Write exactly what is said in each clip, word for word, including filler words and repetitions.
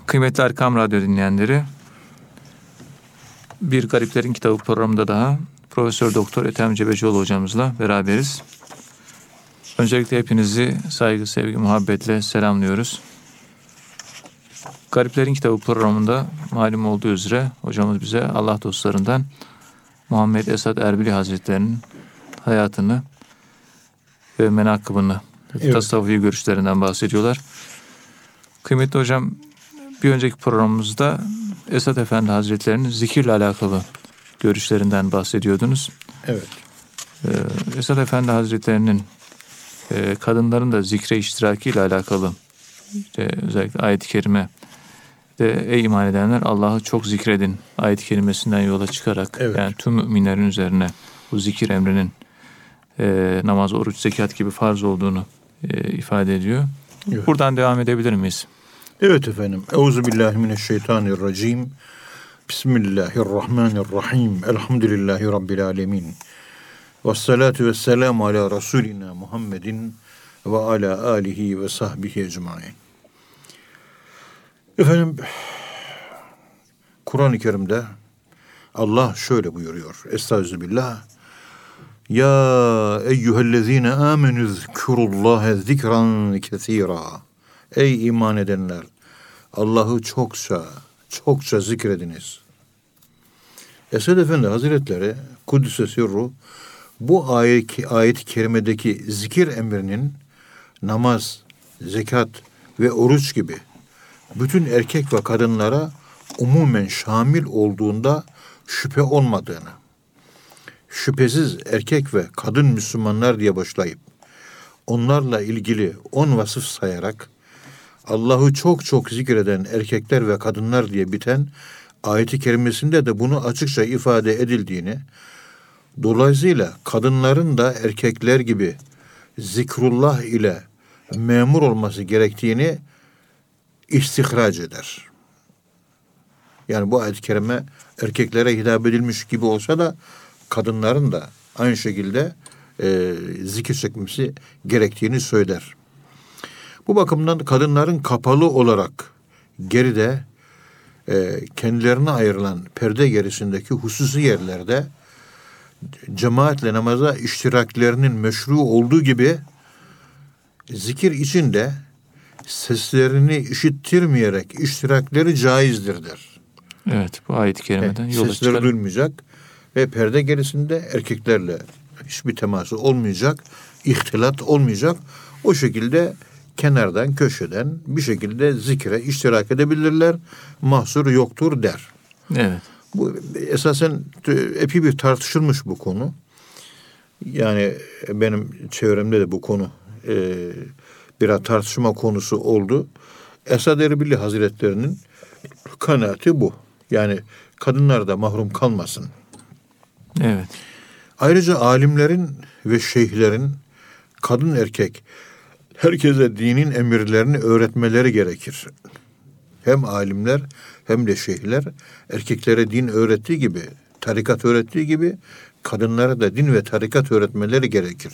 Kıymetli Erkam Radyo dinleyenleri, Bir Gariplerin Kitabı programında daha Profesör Doktor Ethem Cebecioğlu hocamızla beraberiz. Öncelikle hepinizi saygı, sevgi, muhabbetle selamlıyoruz. Gariplerin Kitabı programında malum olduğu üzere hocamız bize Allah dostlarından Muhammed Esad Erbili Hazretleri'nin hayatını ve menakıbını, evet, tasavvufi görüşlerinden bahsediyorlar. Kıymetli hocam, bir önceki programımızda Esad Efendi Hazretleri'nin zikirle alakalı görüşlerinden bahsediyordunuz. Evet. Ee, Esad Efendi Hazretleri'nin e, kadınların da zikre iştirakiyle alakalı, işte özellikle ayet-i kerime de ey iman edenler Allah'ı çok zikredin ayet-i kerimesinden yola çıkarak, evet, yani tüm müminlerin üzerine bu zikir emrinin e, namaz, oruç, zekat gibi farz olduğunu e, ifade ediyor. Evet. Buradan devam edebilir miyiz? Evet efendim. Euzubillahimineşşeytanirracim. Bismillahirrahmanirrahim. Elhamdülillahi Rabbil alemin. Vessalatu vesselamu ala Resulina Muhammedin ve ala alihi ve sahbihi ecmaîn. Efendim, Kur'an-ı Kerim'de Allah şöyle buyuruyor. Estağfirullah. Ya eyyühellezine amenü zkurullaha zikran kesira. Ey iman edenler, Allah'ı çokça, çokça zikrediniz. Esad Efendi Hazretleri Kuddüs'e sirru bu ayet, ayet-i kerimedeki zikir emrinin namaz, zekat ve oruç gibi bütün erkek ve kadınlara umumen şamil olduğunda şüphe olmadığını, şüphesiz erkek ve kadın Müslümanlar diye başlayıp onlarla ilgili on vasıf sayarak Allah'ı çok çok zikreden erkekler ve kadınlar diye biten ayet-i kerimesinde de bunu açıkça ifade edildiğini, dolayısıyla kadınların da erkekler gibi zikrullah ile memur olması gerektiğini istihraç eder. Yani bu ayet-i kerime erkeklere hitap edilmiş gibi olsa da kadınların da aynı şekilde e, zikir çekmesi gerektiğini söyler. Bu bakımdan kadınların kapalı olarak geride e, kendilerine ayrılan perde gerisindeki hususi yerlerde cemaatle namaza iştiraklerinin meşru olduğu gibi zikir içinde seslerini işittirmeyerek iştirakleri caizdir der. Evet, bu ayet-i kerimeden yola sesleri çıkar. Duyulmayacak ve perde gerisinde erkeklerle hiçbir teması olmayacak, ihtilat olmayacak. O şekilde kenardan, köşeden bir şekilde zikre iştirak edebilirler. Mahsuru yoktur der. Evet. Bu esasen epey bir tartışılmış bu konu. Yani benim çevremde de bu konu e, biraz tartışma konusu oldu. Esad Erbili Hazretlerinin kanaati bu. Yani kadınlar da mahrum kalmasın. Evet. Ayrıca alimlerin ve şeyhlerin kadın erkek herkese dinin emirlerini öğretmeleri gerekir. Hem alimler hem de şeyhler erkeklere din öğrettiği gibi, tarikat öğrettiği gibi kadınlara da din ve tarikat öğretmeleri gerekir.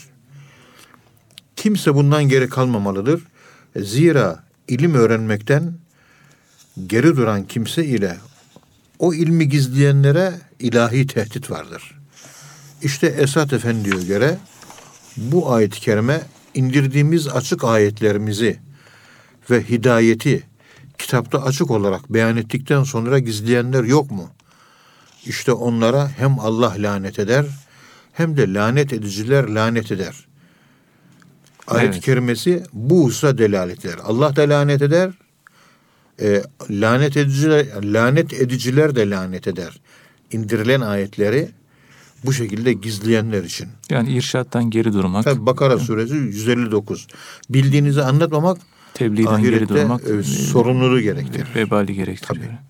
Kimse bundan geri kalmamalıdır. Zira ilim öğrenmekten geri duran kimse ile o ilmi gizleyenlere ilahi tehdit vardır. İşte Esad Efendi'ye göre bu ayet-i kerime indirdiğimiz açık ayetlerimizi ve hidayeti kitapta açık olarak beyan ettikten sonra gizleyenler yok mu? İşte onlara hem Allah lanet eder hem de lanet ediciler lanet eder. Ayet-i evet. kerimesi bu hususa delalet eder. Allah da lanet eder, e, lanet ediciler, lanet ediciler de lanet eder. İndirilen ayetleri bu şekilde gizleyenler için. Yani irşattan geri durmak. Tabii Bakara suresi yüz elli dokuz. Bildiğinizi anlatmamak tebliğden geri durmak e, sorumluluğu gerektirir. Vebali gerektiriyor. Tabii.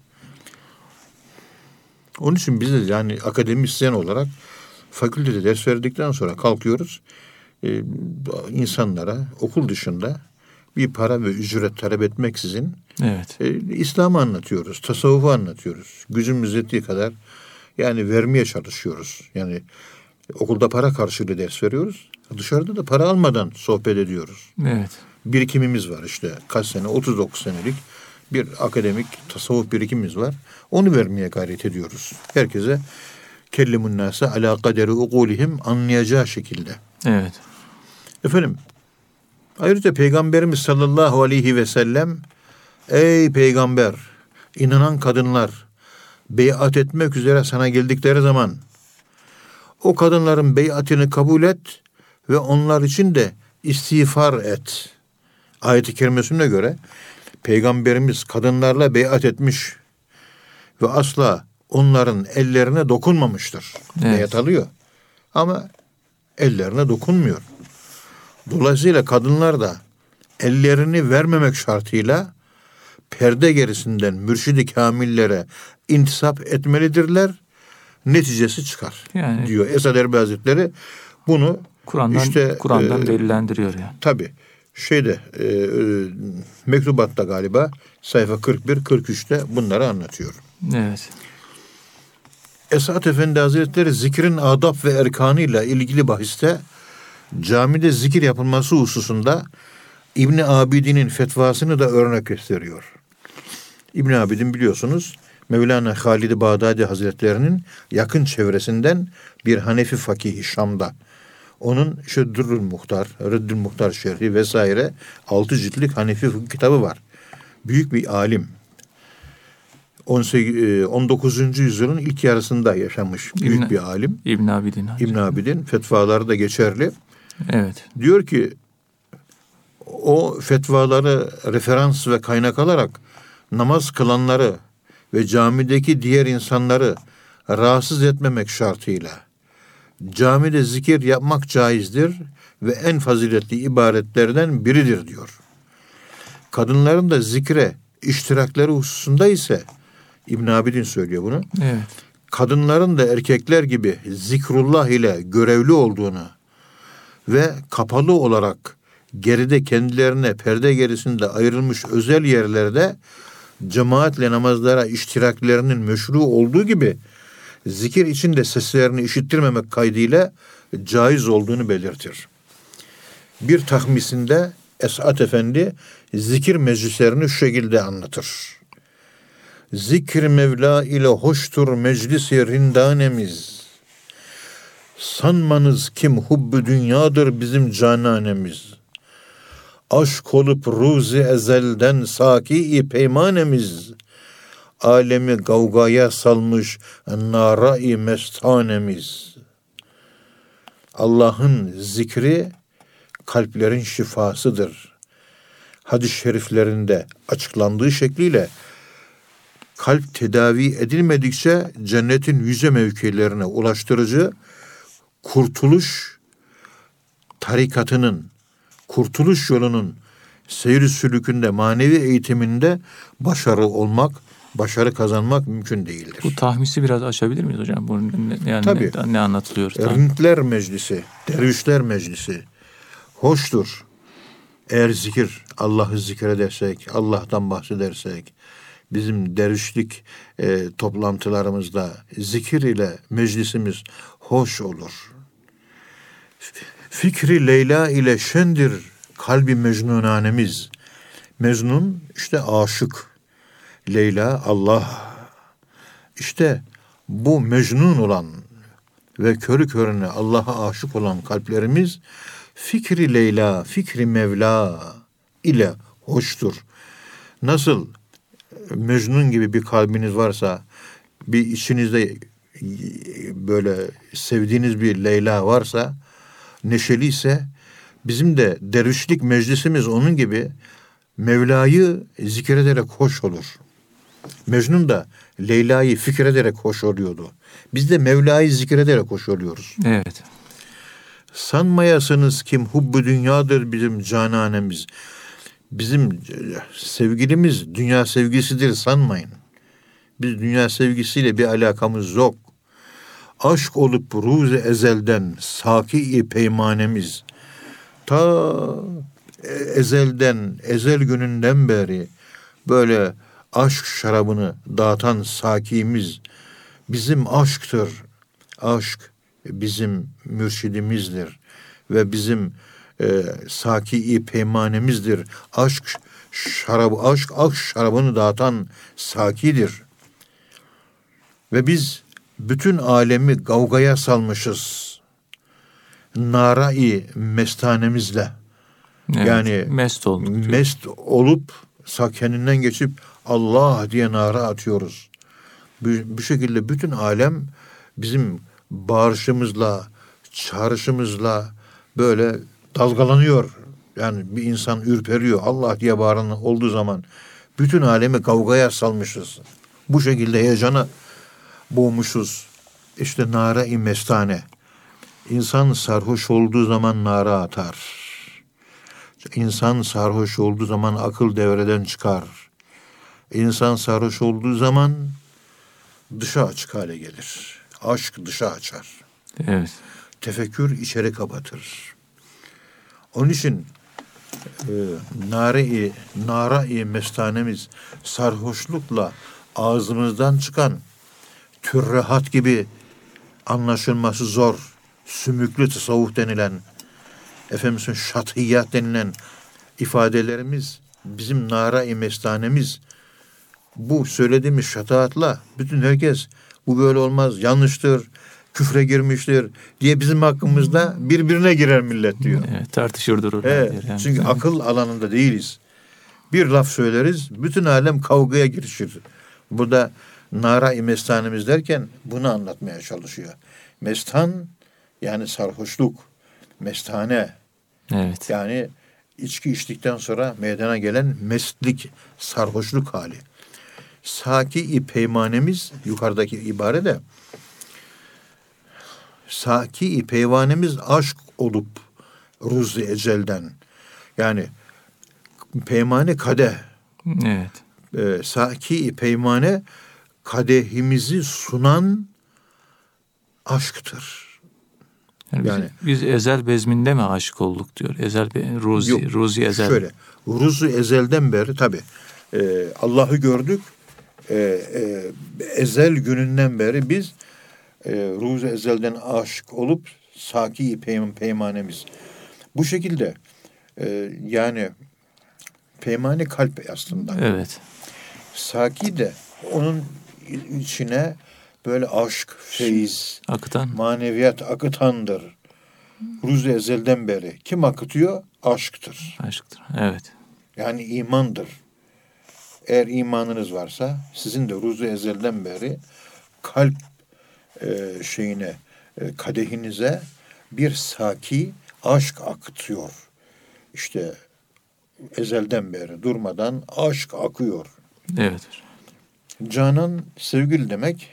Onun için biz de yani akademisyen olarak fakültede ders verdikten sonra kalkıyoruz. E, insanlara okul dışında bir para ve ücret talep etmeksizin evet. e, İslam'ı anlatıyoruz, tasavvufu anlatıyoruz. Gücümüz yettiği kadar yani vermeye çalışıyoruz. Yani okulda para karşılığı ders veriyoruz. Dışarıda da para almadan sohbet ediyoruz. Evet. Birikimimiz var işte kaç sene, otuz dokuz senelik bir akademik tasavvuf birikimimiz var. Onu vermeye gayret ediyoruz. Herkese kellemun nase ala kaderi ukulihim anlayacağı şekilde. Evet. Efendim, ayrıca Peygamberimiz sallallahu aleyhi ve sellem, ey peygamber, inanan kadınlar beyat etmek üzere sana geldikleri zaman o kadınların beyatını kabul et ve onlar için de istiğfar et. Ayet-i kerimesine göre Peygamberimiz kadınlarla beyat etmiş ve asla onların ellerine dokunmamıştır. Evet. Beyat alıyor ama ellerine dokunmuyor. Dolayısıyla kadınlar da ellerini vermemek şartıyla perde gerisinden mürşid-i kamillere intisap etmelidirler. Neticesi çıkar Yani, diyor Esad Erbil Hazretleri. Bunu Kur'an'dan işte Kur'an'dan e, delillendiriyor yani. Tabii. Şeyde e, e, mektubatta galiba sayfa kırk bir kırk üçte bunları anlatıyor. Evet. Esad Efendi Hazretleri zikrin adab ve erkanıyla ilgili bahiste camide zikir yapılması hususunda İbn Abidin'in fetvasını da örnek gösteriyor. İbn Abidin biliyorsunuz Mevlana Halid-i Bağdadi Hazretlerinin yakın çevresinden bir Hanefi fakihi Şam'da. Onun şu Durrul Muhtar, Rıddül Muhtar Şerhi vesaire altı ciltlik Hanefi fıkıh kitabı var. Büyük bir alim. on dokuzuncu yüzyılın ilk yarısında yaşamış büyük İbn, bir alim. İbn Abidin. İbn Abidin fetvaları da geçerli. Evet. Diyor ki o fetvaları referans ve kaynak alarak namaz kılanları ve camideki diğer insanları rahatsız etmemek şartıyla camide zikir yapmak caizdir ve en faziletli ibadetlerden biridir diyor. Kadınların da zikre iştirakleri hususunda ise İbn Abidin söylüyor bunu. Evet. Kadınların da erkekler gibi zikrullah ile görevli olduğunu ve kapalı olarak geride kendilerine perde gerisinde ayrılmış özel yerlerde cemaatle namazlara iştiraklerinin meşru olduğu gibi zikir içinde seslerini işittirmemek kaydıyla caiz olduğunu belirtir. Bir tahmisinde Esad Efendi zikir meclislerini şu şekilde anlatır. Zikr Mevla ile hoştur meclis-i rindanemiz. Sanmanız kim hubb-ü dünyadır bizim cananemiz. Aşk olup ruzi ezelden saki-i peymanemiz. Alemi gavgaya salmış nara-i mestanemiz. Allah'ın zikri kalplerin şifasıdır. Hadis-i şeriflerinde açıklandığı şekliyle kalp tedavi edilmedikçe cennetin yüce mevkilerine ulaştırıcı kurtuluş tarikatının, kurtuluş yolunun seyir sülükünde, manevi eğitiminde başarı olmak, başarı kazanmak mümkün değildir. Bu tahmisi biraz açabilir miyiz hocam? Bu ne, yani Tabii. Ne, ne anlatılıyor? Rintler Meclisi, Dervişler Meclisi hoştur. Eğer zikir, Allah'ı zikredersek, Allah'tan bahsedersek, bizim dervişlik e, toplantılarımızda zikir ile meclisimiz hoş olur. Fikri Leyla ile şendir kalbi mecnunanemiz. Mecnun işte aşık. Leyla Allah. İşte bu mecnun olan ve körü körüne Allah'a aşık olan kalplerimiz fikri Leyla, fikri Mevla ile hoştur. Nasıl Mecnun gibi bir kalbiniz varsa, bir içinizde böyle sevdiğiniz bir Leyla varsa, neşeliyse, bizim de dervişlik meclisimiz onun gibi Mevla'yı zikrederek hoş olur. Mecnun da Leyla'yı fikrederek hoş oluyordu. Biz de Mevla'yı zikrederek hoş oluyoruz. Evet. Sanmayasınız kim hubb-ü dünyadır bizim cananemiz. Bizim sevgilimiz dünya sevgisidir sanmayın. Biz dünya sevgisiyle bir alakamız yok. Aşk olup ruzi ezelden saki-i peymanemiz. Ta ezelden, ezel gününden beri böyle aşk şarabını dağıtan sakimiz bizim aşktır. Aşk bizim mürşidimizdir ve bizim e, saki-i peymanemizdir. Aşk şarabı, aşk, aşk şarabını dağıtan sakidir. Ve biz bütün alemi kavgaya salmışız. Nara-i mestanemizle. Evet, Yani mest olduk diyor. mest olup kendinden geçip Allah diye nara atıyoruz. Bu, bu şekilde bütün alem bizim bağırışımızla, çağrışımızla böyle dalgalanıyor. Yani bir insan ürperiyor. Allah diye bağıran olduğu zaman bütün alemi kavgaya salmışız. Bu şekilde heyecana boğmuşuz. İşte nara-i mestane. İnsan sarhoş olduğu zaman nara atar. İnsan sarhoş olduğu zaman akıl devreden çıkar. İnsan sarhoş olduğu zaman dışa açık hale gelir. Aşk dışa açar. Evet. Tefekkür içeri kapatır. Onun için e, nare-i, nara-i mestanemiz sarhoşlukla ağzımızdan çıkan türrehat gibi anlaşılması zor, sümüklü tasavvuf denilen, Efendimiz'in şatiyat denilen ifadelerimiz, bizim nara-i mestanemiz, bu söylediğimiz şataatla bütün herkes bu böyle olmaz, yanlıştır, küfre girmiştir diye bizim hakkımızda birbirine girer millet diyor. Evet, tartışır durur. Evet, Yani. çünkü akıl alanında değiliz. Bir laf söyleriz, bütün alem kavgaya girişir. Burada nara-i mestanemiz derken bunu anlatmaya çalışıyor. Mestan yani sarhoşluk, mestane Evet. yani içki içtikten sonra meydana gelen mestlik, sarhoşluk hali. Saki-i peymanemiz, yukarıdaki ibare de, Saki-i peyvanemiz aşk olup ruzi ecelden. Yani peymane kadeh. Evet. E, Saki-i peymane kadehimizi sunan aşktır. Yani, Yani biz, biz ezel bezminde mi aşık olduk diyor. Ezel be, ruzi, yok, ruzi ezel. Şöyle, ruzi ezelden beri tabii e, Allah'ı gördük. E, e, ezel gününden beri biz e, ruzi ezelden aşık olup saki peym peymanemiz. Bu şekilde e, yani peymane kalp aslında. Evet. Saki de onun içine böyle aşk, feyiz, Akıtan. maneviyat akıtandır. Ruzi ezelden beri. Kim akıtıyor? Aşktır. Aşktır. Evet. Yani imandır. Eğer imanınız varsa sizin de ruzi ezelden beri kalp e, şeyine, e, kadehinize bir saki aşk akıtıyor. İşte ezelden beri durmadan aşk akıyor. Evet. Canan sevgili demek.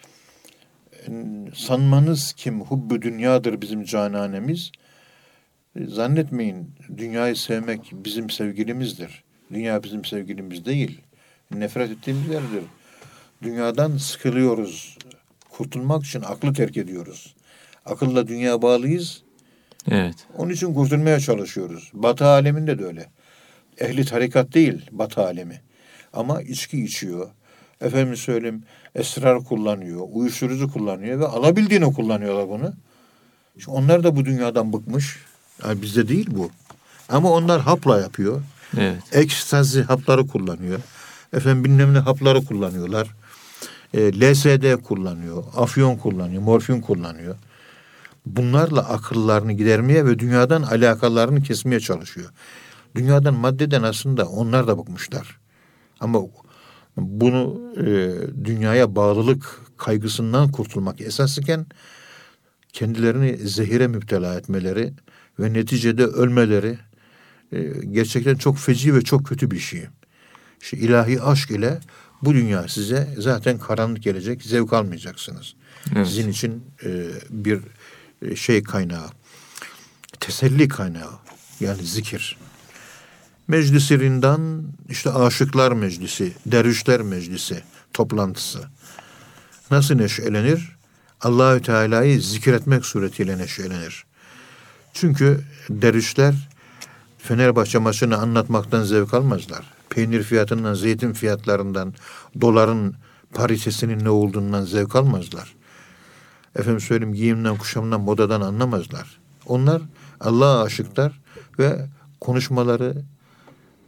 Sanmanız kim hubbu dünyadır bizim cananemiz. Zannetmeyin dünyayı sevmek bizim sevgilimizdir. Dünya bizim sevgilimiz değil. Nefret ettiğimiz yerdir. Dünyadan sıkılıyoruz. Kurtulmak için aklı terk ediyoruz. Akılla dünya bağlıyız. Evet. Onun için kurtulmaya çalışıyoruz. Batı aleminde de öyle. Ehli tarikat değil Batı alemi. Ama içki içiyor. Efendim söyleyeyim esrar kullanıyor. Uyuşturucu kullanıyor ve alabildiğini kullanıyorlar bunu. Şimdi onlar da bu dünyadan bıkmış. Yani bizde değil bu. Ama onlar hapla yapıyor. Evet. Ekstazi hapları kullanıyor. Efendim bilmem ne hapları kullanıyorlar. E, L S D kullanıyor. Afyon kullanıyor. Morfin kullanıyor. Bunlarla akıllarını gidermeye ve dünyadan alakalarını kesmeye çalışıyor. Dünyadan, maddeden aslında onlar da bıkmışlar. Ama bunu e, dünyaya bağlılık kaygısından kurtulmak esas iken kendilerini zehire müptela etmeleri ve neticede ölmeleri e, gerçekten çok feci ve çok kötü bir şey. İşte ilahi aşk ile bu dünya size zaten karanlık gelecek, zevk almayacaksınız. Evet. Sizin için e, bir şey kaynağı, teselli kaynağı, yani zikir. Meclis-i Rindan, işte aşıklar meclisi, dervişler meclisi toplantısı. Nasıl neşelenir? Allahü Teala'yı zikretmek suretiyle neşelenir. Çünkü dervişler Fenerbahçe maçını anlatmaktan zevk almazlar. Peynir fiyatından, zeytin fiyatlarından, doların paritesinin ne olduğundan zevk almazlar. Efendim söyleyeyim giyimden, kuşamdan, modadan anlamazlar. Onlar Allah'a aşıklar ve konuşmaları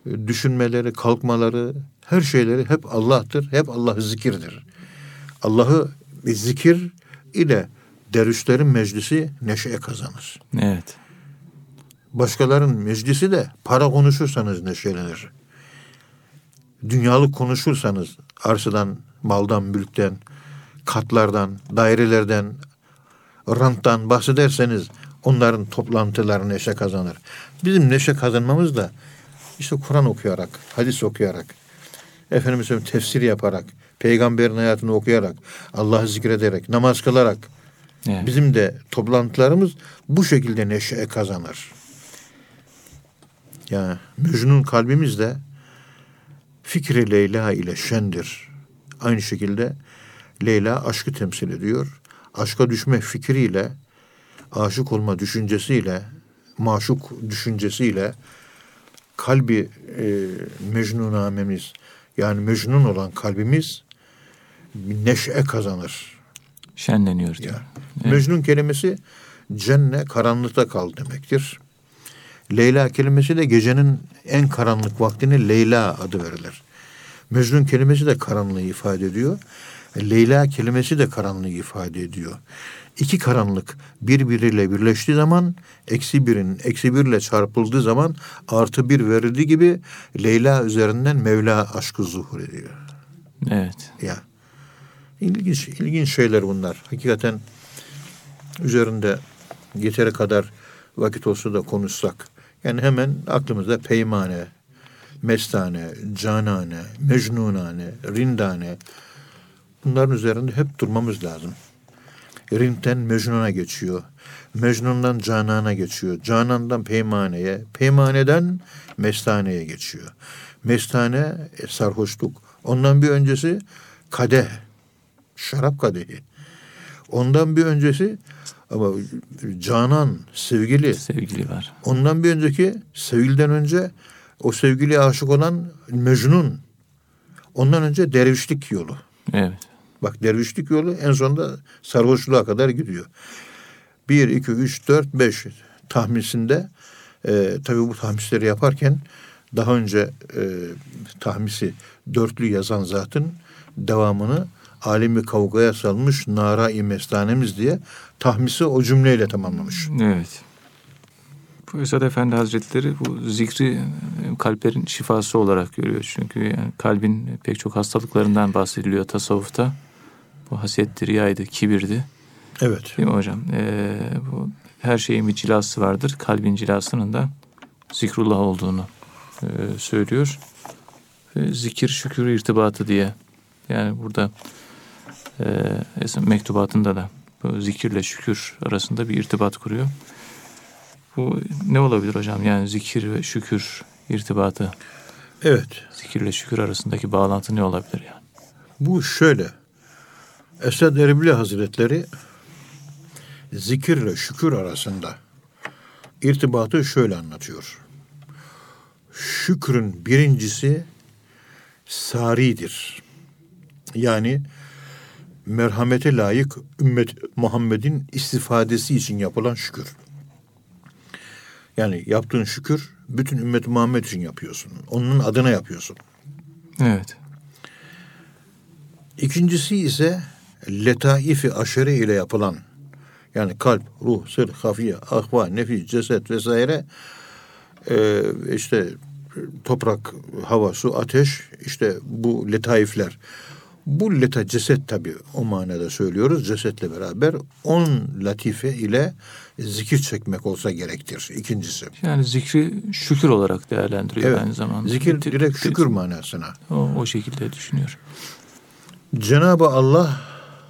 düşünmeleri, kalkmaları, her şeyleri hep Allah'tır. Hep Allah zikirdir. Allah'ı zikir ile dervişlerin meclisi neşeye kazanır. Evet. Başkalarının meclisi de para konuşursanız neşelenir. Dünyalık konuşursanız arsadan, maldan, mülkten, katlardan, dairelerden, ranttan bahsederseniz onların toplantıları neşe kazanır. Bizim neşe kazanmamız da işte Kur'an okuyarak, hadis okuyarak, Efendimiz tefsir yaparak, peygamberin hayatını okuyarak, Allah'ı zikrederek, namaz kılarak, evet. Bizim de toplantılarımız bu şekilde neşe kazanır. Yani Mecnun kalbimiz de fikri Leyla ile şendir. Aynı şekilde Leyla aşkı temsil ediyor. Aşka düşme fikriyle, aşık olma düşüncesiyle, maşuk düşüncesiyle kalbi e, mecnunamemiz, yani mecnun olan kalbimiz neşe kazanır. Şenleniyor diyor. Yani, evet. Mecnun kelimesi cenne, karanlıkta kal demektir. Leyla kelimesi de gecenin en karanlık vaktine Leyla adı verilir. Mecnun kelimesi de karanlığı ifade ediyor. Leyla kelimesi de karanlığı ifade ediyor. İki karanlık birbiriyle birleştiği zaman eksi birin eksi birle çarpıldığı zaman artı bir verildiği gibi Leyla üzerinden Mevla aşkı zuhur ediyor. Evet. Ya ilginç ilginç şeyler bunlar. Hakikaten üzerinde yeteri kadar vakit olsa da konuşsak. Yani hemen aklımızda peymane, mestane, canane, mecnunane, rindane, bunların üzerinde hep durmamız lazım. Rind'den Mecnun'a geçiyor. Mecnun'dan Canan'a geçiyor. Canan'dan Peymane'ye, Peymane'den Mestane'ye geçiyor. Mestane e, sarhoşluk. Ondan bir öncesi kadeh, şarap kadehi. Ondan bir öncesi ama Canan, sevgili. Sevgili var. Ondan bir önceki sevgiliden önce o sevgiliye aşık olan Mecnun. Ondan önce dervişlik yolu. Evet. Bak dervişlik yolu en sonunda sarhoşluğa kadar gidiyor. Bir, iki, üç, dört, beş tahmisinde e, tabii bu tahmisleri yaparken daha önce e, tahmisi dörtlü yazan zatın devamını alemi kavgaya salmış nara-i mestanemiz diye tahmisi o cümleyle tamamlamış. Evet. Bu Esad Efendi Hazretleri bu zikri kalplerin şifası olarak görüyor. Çünkü yani kalbin pek çok hastalıklarından bahsediliyor tasavvufta. Bu hasettir, riyaydı, kibirdi. Evet. Değil mi hocam? Ee, bu her şeyin bir cilası vardır. Kalbin cilasının da zikrullah olduğunu e, söylüyor. Ve zikir şükür irtibatı diye. Yani burada e, mektubatında da bu zikirle şükür arasında bir irtibat kuruyor. Bu ne olabilir hocam? Yani zikir ve şükür irtibatı. Evet. Zikirle şükür arasındaki bağlantı ne olabilir yani? Bu şöyle. Esad Erbil Hazretleri zikirle şükür arasında irtibatı şöyle anlatıyor. Şükrün birincisi saridir. Yani merhamete layık ümmet Muhammed'in istifadesi için yapılan şükür. Yani yaptığın şükür bütün ümmet Muhammed için yapıyorsun. Onun adına yapıyorsun. Evet. İkincisi ise letaif-i aşere ile yapılan, yani kalp, ruh, sır, hafiye, ahva, nefis, ceset vesaire, e, işte toprak, hava, su, ateş, işte bu letaifler. Bu leta ceset tabii o manada söylüyoruz. Cesetle beraber on latife ile zikir çekmek olsa gerektir. İkincisi. Yani zikri şükür olarak değerlendiriyor evet, aynı zamanda. Zikir direkt şükür manasına. O, o şekilde düşünüyor. Cenab-ı Allah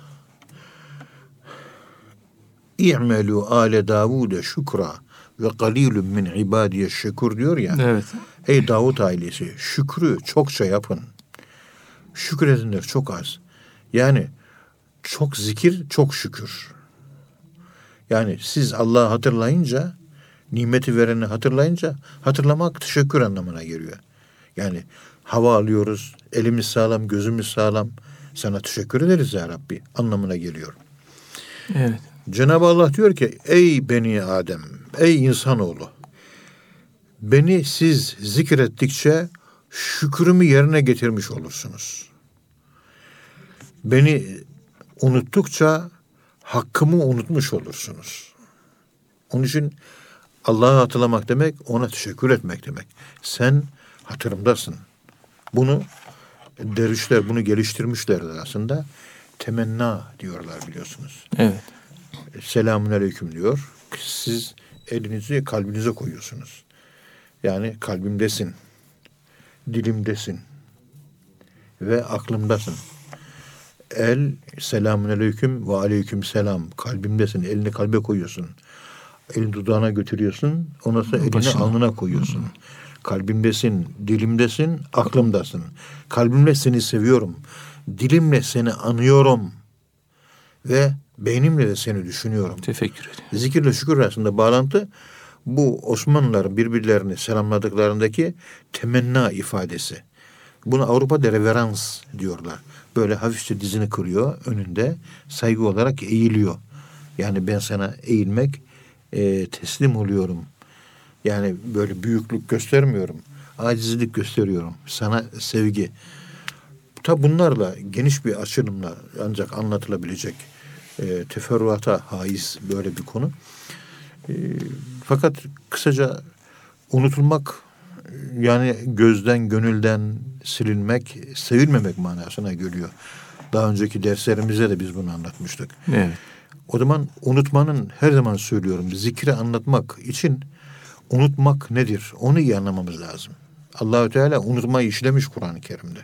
İ'melû âle Davûde şükra ve galîlun min ibâdiye şekur diyor ya. Evet. Ey Davut ailesi, şükrü çokça yapın. Şükredenler çok az. Yani çok zikir, çok şükür. Yani siz Allah'ı hatırlayınca, nimeti vereni hatırlayınca, hatırlamak teşekkür anlamına geliyor. Yani hava alıyoruz, elimiz sağlam, gözümüz sağlam. Sana teşekkür ederiz ya Rabbi anlamına geliyor. Evet. Cenab-ı Allah diyor ki, ey beni Adem, ey insanoğlu, Beni siz zikrettikçe şükrümü yerine getirmiş olursunuz. Beni unuttukça hakkımı unutmuş olursunuz. Onun için Allah'ı hatırlamak demek, ona teşekkür etmek demek. Sen hatırımdasın. Bunu dervişler bunu geliştirmişlerdir aslında. Temenna diyorlar biliyorsunuz. Evet. Selamun aleyküm diyor. Siz elinizi kalbinize koyuyorsunuz. Yani kalbimdesin, dilimdesin ve aklımdasın. El selamun aleyküm ve aleyküm selam. Kalbimdesin. Elini kalbe koyuyorsun. Elini dudağına götürüyorsun. Ondan sonra elini Başına. alnına koyuyorsun. Hı-hı. Kalbimdesin, dilimdesin, aklımdasın. Kalbimle seni seviyorum. Dilimle seni anıyorum. Ve beynimle de seni düşünüyorum. Tefekkür ediyorum. Zikirle şükür arasında bağlantı bu Osmanlıların birbirlerini selamladıklarındaki temenna ifadesi. Buna Avrupa'da reverans diyorlar. Böyle hafifçe dizini kırıyor önünde saygı olarak eğiliyor. Yani ben sana eğilmek e, teslim oluyorum. Yani böyle büyüklük göstermiyorum. Acizlik gösteriyorum. Sana sevgi. Tabi bunlarla geniş bir açılımla ancak anlatılabilecek e, teferruata haiz böyle bir konu. E, fakat kısaca unutulmak yani gözden, gönülden silinmek, sevilmemek manasına geliyor. Daha önceki derslerimizde de biz bunu anlatmıştık. Evet. O zaman unutmanın her zaman söylüyorum zikri anlatmak için unutmak nedir? Onu iyi anlamamız lazım. Allahü Teala unutmayı işlemiş Kur'an-ı Kerim'de.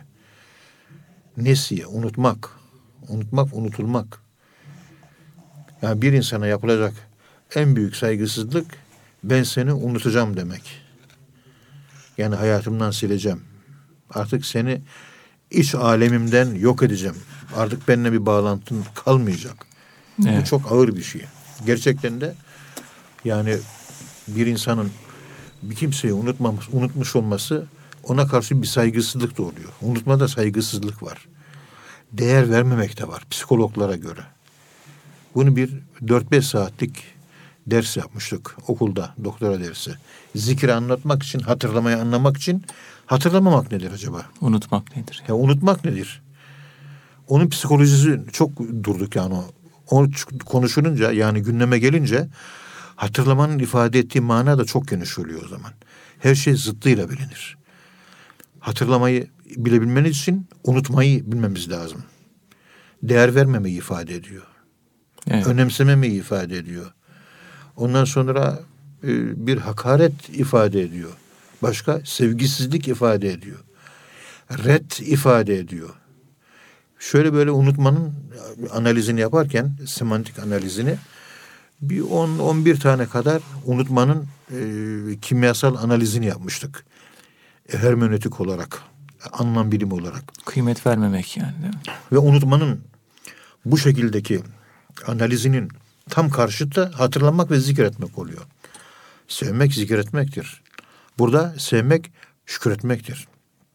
Nesiye, unutmak. Unutmak, unutulmak. Yani bir insana yapılacak en büyük saygısızlık ben seni unutacağım demek. Yani hayatımdan sileceğim. Artık seni iç alemimden yok edeceğim. Artık benimle bir bağlantın kalmayacak. Evet. Bu çok ağır bir şey. Gerçekten de yani bir insanın bir kimseyi unutmamış, unutmuş olması ona karşı bir saygısızlık da oluyor. Unutmada saygısızlık var. Değer vermemek de var psikologlara göre. Bunu bir dört beş saatlik ders yapmıştık okulda, doktora dersi. Zikri anlatmak için, hatırlamayı anlamak için hatırlamamak nedir acaba? Unutmak nedir? Ya unutmak nedir? Onun psikolojisi çok durduk yani o. O konuşulunca yani gündeme gelince hatırlamanın ifade ettiği mana da çok geniş oluyor o zaman. Her şey zıttıyla bilinir. Hatırlamayı bilebilmeniz için unutmayı bilmemiz lazım. Değer vermemeyi ifade ediyor. Evet. Önemsememeyi ifade ediyor. Ondan sonra e, bir hakaret ifade ediyor. Başka sevgisizlik ifade ediyor. Red ifade ediyor. Şöyle böyle unutmanın analizini yaparken, semantik analizini bir on on bir tane kadar unutmanın e, kimyasal analizini yapmıştık. E, hermenötik olarak, anlam bilimi olarak. Kıymet vermemek yani değil mi? Ve unutmanın bu şekildeki analizinin tam karşıtı hatırlamak ve zikretmek oluyor. Sevmek zikretmektir. Burada sevmek şükretmektir.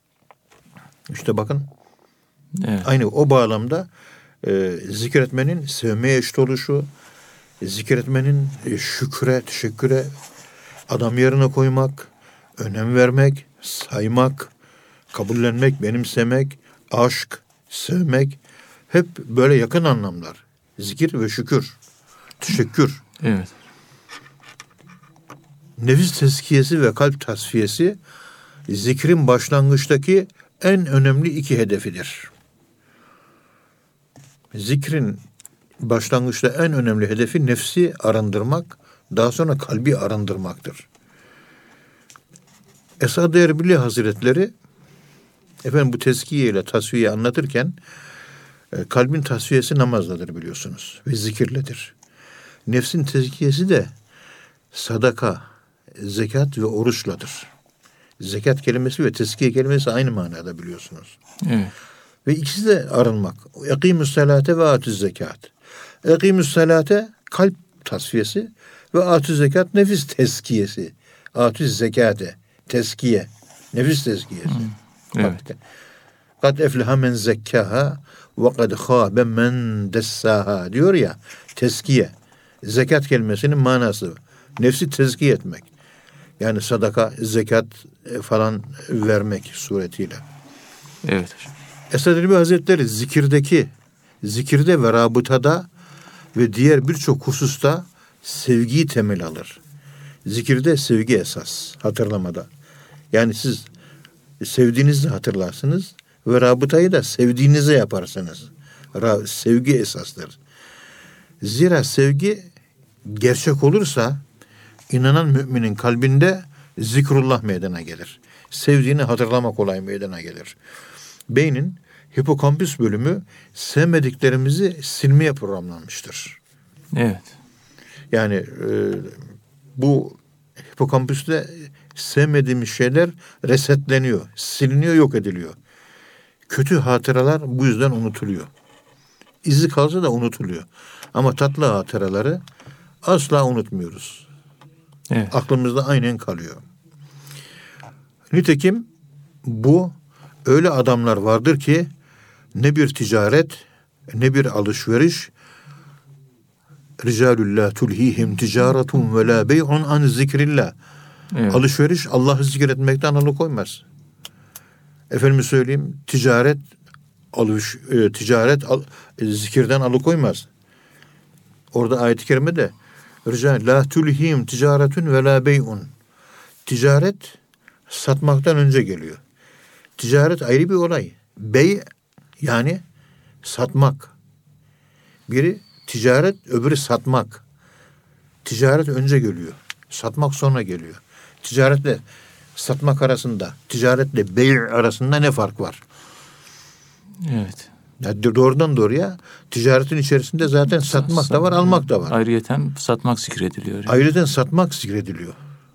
İşte bakın evet. Aynı o bağlamda e, zikretmenin sevmeye eşit oluşu, zikretmenin e, şükre, teşekküre, adam yerine koymak, önem vermek, saymak, kabullenmek, benimsemek, aşk, sevmek hep böyle yakın anlamlar. Zikir ve şükür, teşekkür. Evet. Nefis tezkiyesi ve kalp tasfiyesi zikrin başlangıçtaki en önemli iki hedefidir. Zikrin başlangıçta en önemli hedefi nefsi arındırmak, daha sonra kalbi arındırmaktır. Esad-ı Erbili Hazretleri efendim bu tezkiye ile tasfiyeyi anlatırken e, kalbin tasfiyesi namazladır biliyorsunuz ve zikirledir. Nefsin tezkiyesi de sadaka, zekat ve oruçladır. Zekat kelimesi ve tezkiye kelimesi aynı manada biliyorsunuz. Evet. Ve ikisi de arınmak. Ekîmü's salate ve atüz zekat. Ekîmü's salate kalp tasfiyesi ve atüz zekat nefis tezkiyesi. Atüz zekate tezkiye, nefis tezkiyesi. Hmm. Evet. Kad efleha men zekkaha ve kad khâbe men dessâha diyor ya tezkiye. Zekat kelimesinin manası nefsi tezkiye etmek. Yani sadaka, zekat falan vermek suretiyle. Evet hocam. Esad Erbil Hazretleri zikirdeki, zikirde ve rabıtada ve diğer birçok hususta sevgiyi temel alır. Zikirde sevgi esas, hatırlamada. Yani siz sevdiğinizi hatırlarsınız ve rabıtayı da sevdiğinize yaparsınız. Ra- sevgi esastır. Zira sevgi gerçek olursa inanan müminin kalbinde zikrullah meydana gelir. Sevdiğini hatırlama kolay meydana gelir. Beynin hipokampüs bölümü sevmediklerimizi silmeye programlanmıştır. Evet. Yani e, bu hipokampüste sevmediğimiz şeyler resetleniyor, siliniyor, yok ediliyor. Kötü hatıralar bu yüzden unutuluyor. İzi kalsa da unutuluyor. Ama tatlı hatıraları asla unutmuyoruz. Evet. Aklımızda aynen kalıyor. Nitekim bu öyle adamlar vardır ki ne bir ticaret ne bir alışveriş Ricalullah tulhihim ticaretun ve la bey'un an zikrillah. Evet. Alışveriş Allah'ı zikretmekten alıkoymaz. Efendim söyleyeyim, ticaret alış e, ticaret al, e, zikirden alıkoymaz. Orada ayet-i kerimede Rical la tulhihim ticaretun ve la bey'un. Ticaret satmaktan önce geliyor. Ticaret ayrı bir olay. Bey yani satmak. Biri ticaret, öbürü satmak. Ticaret önce geliyor. Satmak sonra geliyor. Ticaretle satmak arasında, ticaretle bey arasında ne fark var? Evet. Yani doğrudan doğruya ticaretin içerisinde zaten satmak da var, almak da var. Ayrıyeten satmak zikrediliyor. Yani. Ayrıca satmak zikrediliyor.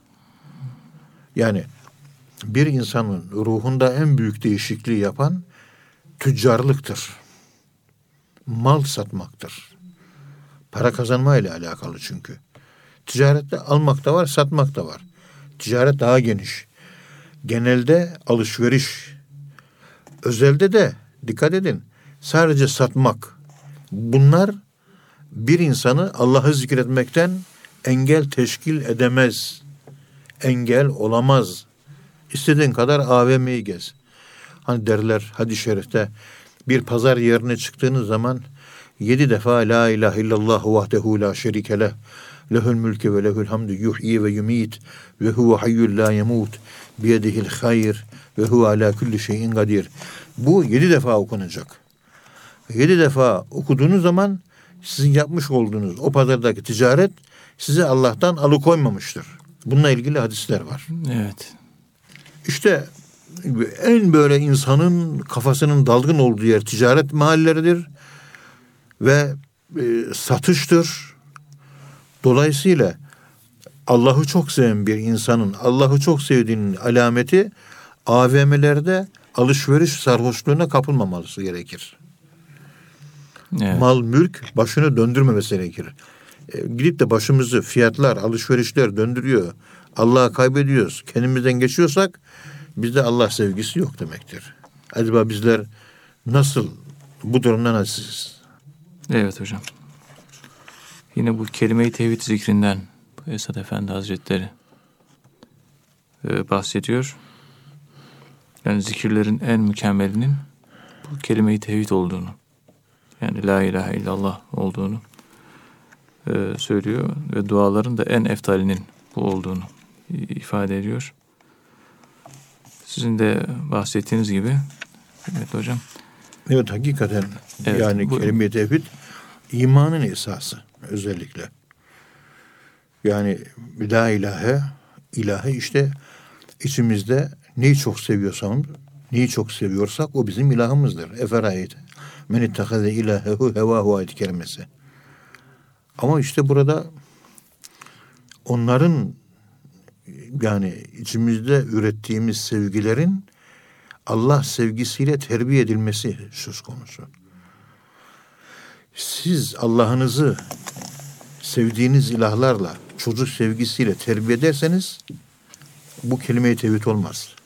Yani bir insanın ruhunda en büyük değişikliği yapan tüccarlıktır. Mal satmaktır. Para kazanma ile alakalı çünkü. Ticarette almak da var, satmak da var. Ticaret daha geniş. Genelde alışveriş. Özelde de dikkat edin. Sadece satmak. Bunlar bir insanı Allah'ı zikretmekten engel teşkil edemez. Engel olamaz. İstediğin kadar A V M'yi gez. Hani derler hadis-i şerifte bir pazar yerine çıktığınız zaman yedi defa la ilahe illallah vahdehu la şerike leh lehül mülke ve lehül hamdü yuhyi ve yumit ve huve hayyul la yemut biyedihil hayr ve huve ala kulli şeyin kadir. Bu yedi defa okunacak. Yedi defa okuduğunuz zaman sizin yapmış olduğunuz o pazardaki ticaret sizi Allah'tan alıkoymamıştır. Bununla ilgili hadisler var. Evet. İşte en böyle insanın kafasının dalgın olduğu yer ticaret mahalleleridir ve e, satıştır. Dolayısıyla Allah'ı çok seven bir insanın Allah'ı çok sevdiğinin alameti A V M'lerde alışveriş sarhoşluğuna kapılmaması gerekir. Evet. Mal, mülk başını döndürmemesi gerekir. E, gidip de başımızı fiyatlar, alışverişler döndürüyor. Allah'ı kaybediyoruz. Kendimizden geçiyorsak bizde Allah sevgisi yok demektir. Acaba bizler nasıl bu durumdan aziziz? Evet hocam. Yine bu kelime-i tevhid zikrinden Esad Efendi Hazretleri e, bahsediyor. Yani zikirlerin en mükemmelinin bu kelime-i tevhid olduğunu, yani la ilahe illallah olduğunu e, söylüyor ve duaların da en eftalinin bu olduğunu ifade ediyor. Sizin de bahsettiğiniz gibi, evet hocam. Evet, hakikaten Evet, yani bu, kelime-i tevhid imanın esası özellikle. Yani la ilahe, ilahe işte içimizde neyi çok seviyorsam, neyi çok seviyorsak o bizim ilahımızdır. Eferayet. Men ittehâze ilahehu hevahu ayet-i kerimesi. Ama işte burada onların yani içimizde ürettiğimiz sevgilerin Allah sevgisiyle terbiye edilmesi söz konusu. Siz Allah'ınızı sevdiğiniz ilahlarla, çocuk sevgisiyle terbiye ederseniz bu kelime-i tevhid olmaz.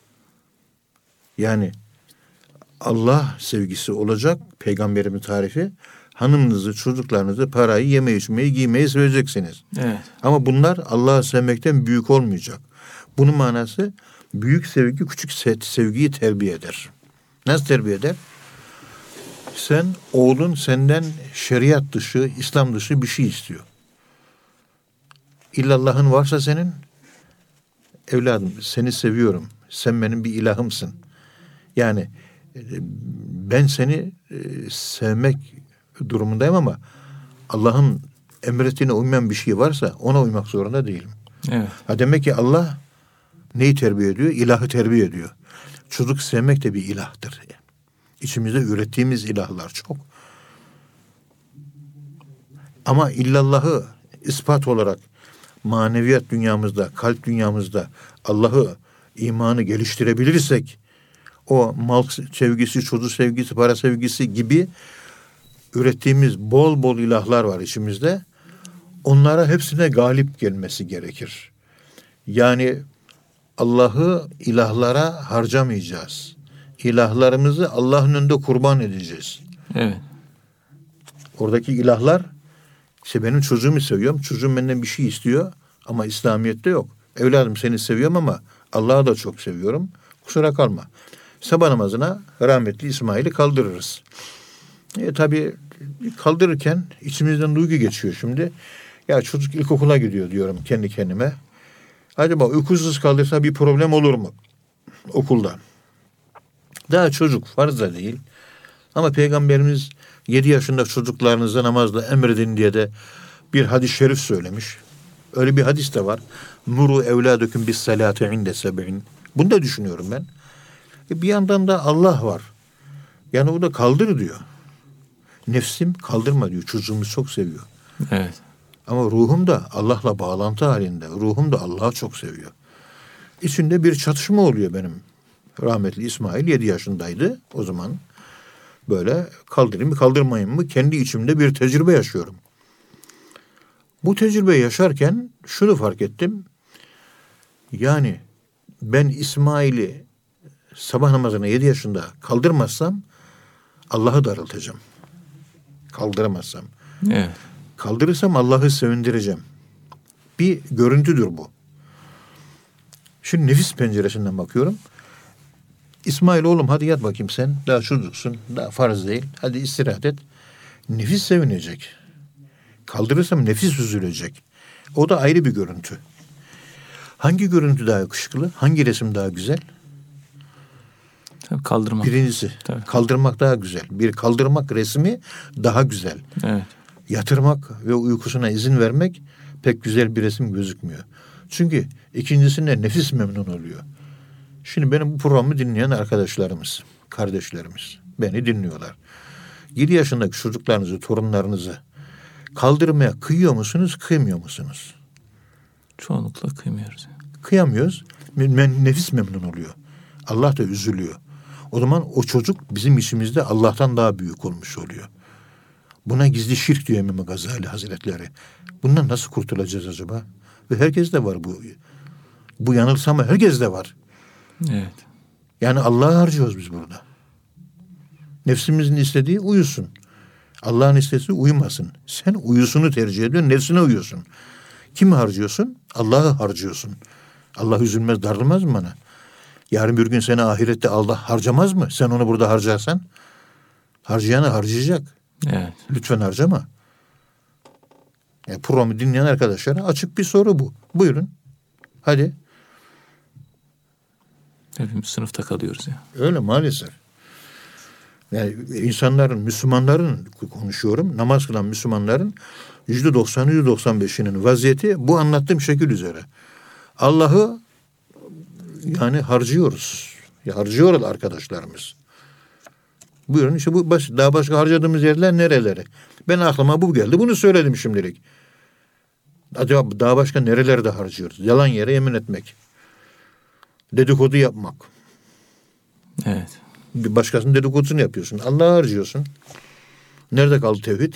Yani Allah sevgisi olacak, Peygamberimin tarifi, hanımınızı, çocuklarınızı, parayı, yeme içmeyi, giymeyi seveceksiniz. Evet. Ama bunlar Allah'ı sevmekten büyük olmayacak. Bunun manası büyük sevgi küçük sevgiyi terbiye eder. Nasıl terbiye eder? Sen, oğlun senden şeriat dışı, İslam dışı bir şey istiyor. İllallah'ın varsa senin, evladım seni seviyorum, sen benim bir ilahımsın. Yani ben seni sevmek durumundayım ama Allah'ın emrettiğine uymayan bir şey varsa ona uymak zorunda değilim. Evet. Ha demek ki Allah neyi terbiye ediyor? İlahı terbiye ediyor. Çocuk sevmek de bir ilahtır. İçimizde ürettiğimiz ilahlar çok. Ama illallahı ispat olarak maneviyat dünyamızda, kalp dünyamızda Allah'ı, imanı geliştirebilirsek o mal sevgisi, çocuk sevgisi, para sevgisi gibi ürettiğimiz bol bol ilahlar var içimizde. Onlara hepsine galip gelmesi gerekir. Yani Allah'ı ilahlara harcamayacağız. İlahlarımızı Allah'ın önünde kurban edeceğiz. Evet. Oradaki ilahlar, işte benim çocuğumu seviyorum. Çocuğum benden bir şey istiyor ama İslamiyet'te yok. Evladım seni seviyorum ama Allah'ı da çok seviyorum. Kusura kalma. Sabah namazına rahmetli İsmail'i kaldırırız. E tabii kaldırırken içimizden duygu geçiyor şimdi. Ya çocuk ilkokula gidiyor diyorum kendi kendime. Acaba uykusuz kalırsa bir problem olur mu okulda? Daha çocuk, farz da değil. Ama Peygamberimiz yedi yaşında çocuklarınıza namazla emredin diye de bir hadis-i şerif söylemiş. Öyle bir hadis de var. Muru evladüküm bis salati inde seb'in. Bunu da düşünüyorum ben. E bir yandan da Allah var. Yani o da kaldır diyor. Nefsim kaldırma diyor. Çocuğumu çok seviyor. Evet. Ama ruhum da Allah'la bağlantı halinde. Ruhum da Allah'ı çok seviyor. İçinde bir çatışma oluyor benim. Rahmetli İsmail yedi yaşındaydı o zaman. Böyle kaldırayım mı kaldırmayayım mı kendi içimde bir tecrübe yaşıyorum. Bu tecrübeyi yaşarken şunu fark ettim. Yani ben İsmail'i sabah namazına yedi yaşında kaldırmazsam Allah'ı darıltacağım. Kaldıramazsam. Evet. Kaldırırsam Allah'ı sevindireceğim. Bir görüntüdür bu. Şimdi nefis penceresinden bakıyorum. İsmail oğlum hadi yat bakayım sen. Daha çocuksun. Daha farz değil. Hadi istirahat et. Nefis sevinecek. Kaldırırsam nefis üzülecek. O da ayrı bir görüntü. Hangi görüntü daha yakışıklı? Hangi resim daha güzel? Tabii kaldırmak. Birincisi. Tabii. Kaldırmak daha güzel. Bir kaldırmak resmi daha güzel. Evet. Yatırmak ve uykusuna izin vermek pek güzel bir resim gözükmüyor. Çünkü ikincisinde nefis memnun oluyor. Şimdi benim bu programı dinleyen arkadaşlarımız, kardeşlerimiz beni dinliyorlar. yedi yaşındaki çocuklarınızı, torunlarınızı kaldırmaya kıyıyor musunuz, kıymıyor musunuz? Çoğunlukla kıymıyoruz. Kıyamıyoruz. Nefis memnun oluyor. Allah da üzülüyor. O zaman o çocuk bizim içimizde Allah'tan daha büyük olmuş oluyor. Buna gizli şirk diyor İmam Gazali Hazretleri. Bundan nasıl kurtulacağız acaba? Ve herkes de var bu. Bu yanılsama herkes de var. Evet. Yani Allah'ı harcıyoruz biz burada. Nefsimizin istediği uyusun. Allah'ın istediği uyumasın. Sen uyusunu tercih ediyorsun, nefsine uyuyorsun. Kimi harcıyorsun? Allah'ı harcıyorsun. Allah üzülmez, darılmaz mı bana? Yarın bir gün seni ahirette Allah harcamaz mı? Sen onu burada harcarsan harcayanı harcayacak. Evet. Lütfen harcama. Yani programı dinleyen arkadaşlara açık bir soru bu. Buyurun. Hadi. Hepimiz sınıfta kalıyoruz ya. Öyle maalesef. Yani insanların, Müslümanların konuşuyorum. Namaz kılan Müslümanların yüzde doksan, yüzde doksan beşinin vaziyeti bu anlattığım şekil üzere. Allah'ı yani harcıyoruz. Ya harcıyorlar arkadaşlarımız. Buyurun işte bu baş, daha başka harcadığımız yerler nereleri? Ben aklıma bu geldi. Bunu söyledim şimdilik. Acaba daha başka nerelerde harcıyoruz? Yalan yere yemin etmek. Dedikodu yapmak. Evet. Bir başkasının dedikodusunu yapıyorsun. Allah'ı harcıyorsun. Nerede kaldı tevhid?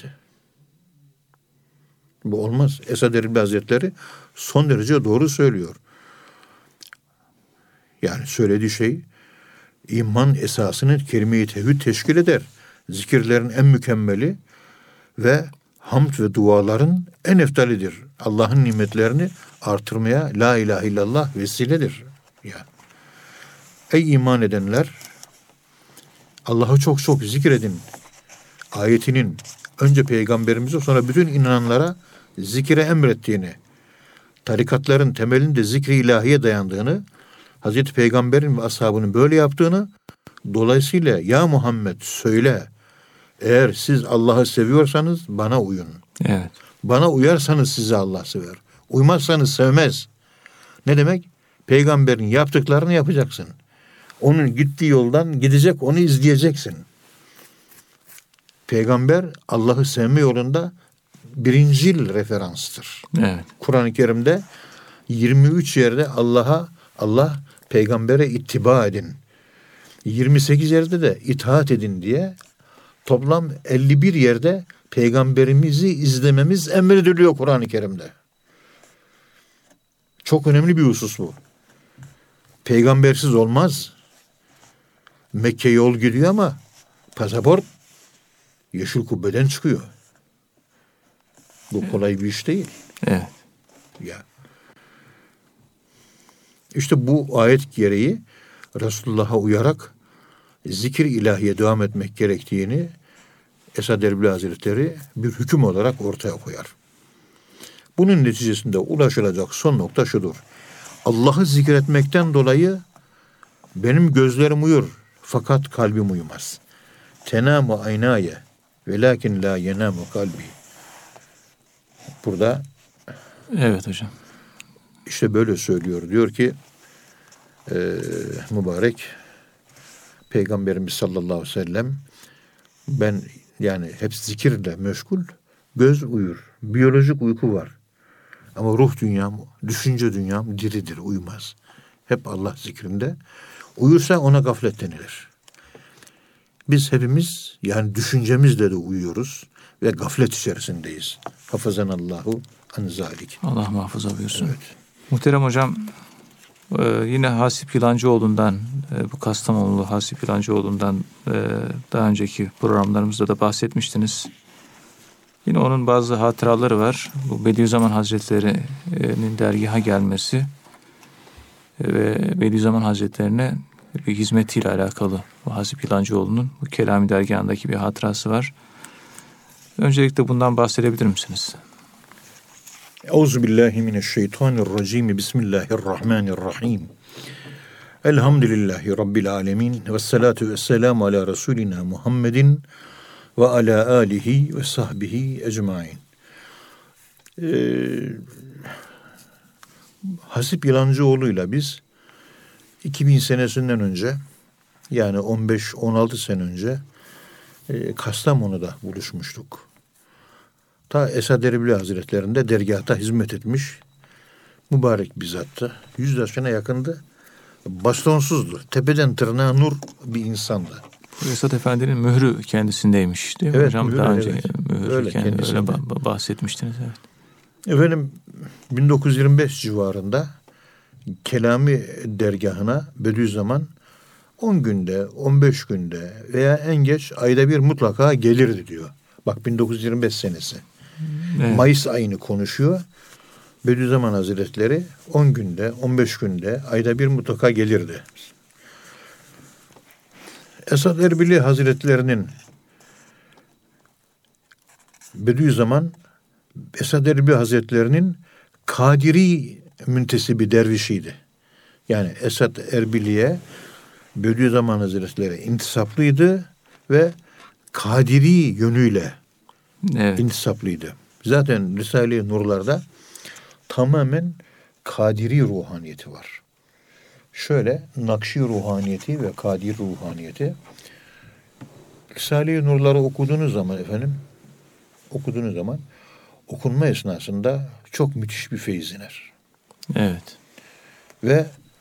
Bu olmaz. Esad Erbil Hazretleri son derece doğru söylüyor. Yani söylediği şey iman esasını kelime-i tevhid teşkil eder. Zikirlerin en mükemmeli ve hamd ve duaların en eftalidir. Allah'ın nimetlerini artırmaya la ilahe illallah vesiledir. Ya. Ey iman edenler, Allah'ı çok çok zikredin. Ayetinin önce peygamberimize sonra bütün inananlara zikre emrettiğini, tarikatların temelinde zikri ilahiye dayandığını, Hazreti Peygamber'in ve ashabının böyle yaptığını, dolayısıyla ya Muhammed söyle, eğer siz Allah'ı seviyorsanız bana uyun. Evet. Bana uyarsanız sizi Allah sever. Uymazsanız sevmez. Ne demek? Peygamberin yaptıklarını yapacaksın. Onun gittiği yoldan gidecek, onu izleyeceksin. Peygamber Allah'ı sevme yolunda birincil referanstır. Evet. Kur'an-ı Kerim'de yirmi üç yerde Allah'a Allah peygambere ittiba edin. yirmi sekiz yerde de itaat edin diye toplam elli bir yerde peygamberimizi izlememiz emrediliyor Kur'an-ı Kerim'de. Çok önemli bir husus bu. Peygambersiz olmaz. Mekke yol gidiyor ama pasaport yeşil kubbeden çıkıyor. Bu kolay bir iş değil. Evet. Ya. İşte bu ayet gereği Resulullah'a uyarak zikir ilahiye devam etmek gerektiğini Esad Erbil Hazretleri bir hüküm olarak ortaya koyar. Bunun neticesinde ulaşılacak son nokta şudur. Allah'ı zikretmekten dolayı benim gözlerim uyur fakat kalbim uyumaz. Tenamu aynaye velakin la yenamu kalbi. Burada Evet hocam. işte böyle söylüyor. Diyor ki e, mübarek Peygamberimiz sallallahu aleyhi ve sellem, ben yani hep zikirle meşgul, göz uyur. Biyolojik uyku var. Ama ruh dünyam, düşünce dünyam diridir, uyumaz. Hep Allah zikrinde. Uyursa ona gaflet denilir. Biz hepimiz yani düşüncemizle de uyuyoruz ve gaflet içerisindeyiz. Hafazanallahu an zalik. Allah muhafaza buyursun. Evet. Muhterem hocam, e, yine Hasip Yılancıoğlu'ndan, e, bu Kastamonulu Hasip Yılancıoğlu'ndan e, daha önceki programlarımızda da bahsetmiştiniz. Yine onun bazı hatıraları var. Bu Bediüzzaman Hazretleri'nin dergaha gelmesi ve Bediüzzaman Hazretlerine bir hizmetiyle alakalı bu Hasip Yılancıoğlu'nun bu Kelami dergahındaki bir hatırası var. Öncelikle bundan bahsedebilir misiniz? Euzubillahimineşşeytanirracim. Bismillahirrahmanirrahim. Elhamdülillahi Rabbil alemin. Vessalatu vesselamu ala Resulina Muhammedin ve ala alihi ve sahbihi ecmain. Ee, Hasip Yılancıoğlu'yla biz iki bin senesinden önce, yani on beş on altı sene önce e, Kastamonu'da buluşmuştuk. Ta Esad Erbil Hazretleri'nde dergahta hizmet etmiş mübarek bir zattı. Yüzlerine yakındı. Bastonsuzdu. Tepeden tırnağa nur bir insandı. Esad Efendi'nin mührü kendisindeymiş değil mi Evet, hocam? mührü, Daha önce evet. mührü Öyle, kendi, öyle kendisinde. bah- bahsetmiştiniz. Evet. Efendim bin dokuz yüz yirmi beş civarında Kelami dergahına Bediüzzaman on günde, on beş günde veya en geç ayda bir mutlaka gelirdi diyor. Bak bin dokuz yüz yirmi beş senesi. Evet. Mayıs ayını konuşuyor. Bediüzzaman Hazretleri on günde, on beş günde ayda bir mutlaka gelirdi. Esad Erbili Hazretlerinin Bediüzzaman Esad Erbil Hazretlerinin Kadiri müntesibi dervişiydi. Yani Esad Erbili'ye Bediüzzaman Hazretleri intisaplıydı ve Kadiri yönüyle Evet. intisaplıydı. Zaten Risale-i Nurlar'da tamamen Kadiri ruhaniyeti var. Şöyle Nakşi ruhaniyeti ve Kadiri ruhaniyeti. Risale-i Nurlar'ı okuduğunuz zaman efendim, okuduğunuz zaman okunma esnasında çok müthiş bir feyiz iner. Evet. Ve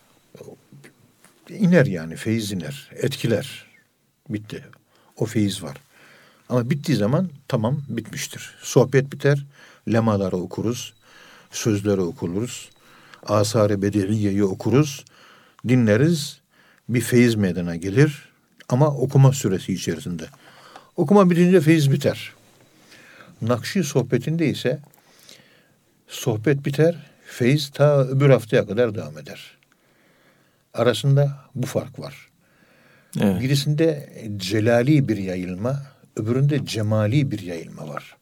iner yani feyiz iner, etkiler. Bitti. O feyiz var. Ama bittiği zaman tamam bitmiştir. Sohbet biter, lemaları okuruz, sözleri okuruz, Asar-ı Bedi'iye'yi okuruz, dinleriz, bir feyiz meydana gelir ama okuma süresi içerisinde. Okuma bitince feyiz biter. Nakşi sohbetinde ise sohbet biter, feyiz ta öbür haftaya kadar devam eder. Arasında bu fark var. Evet. Birisinde celali bir yayılma, öbüründe cemali bir yayılma var.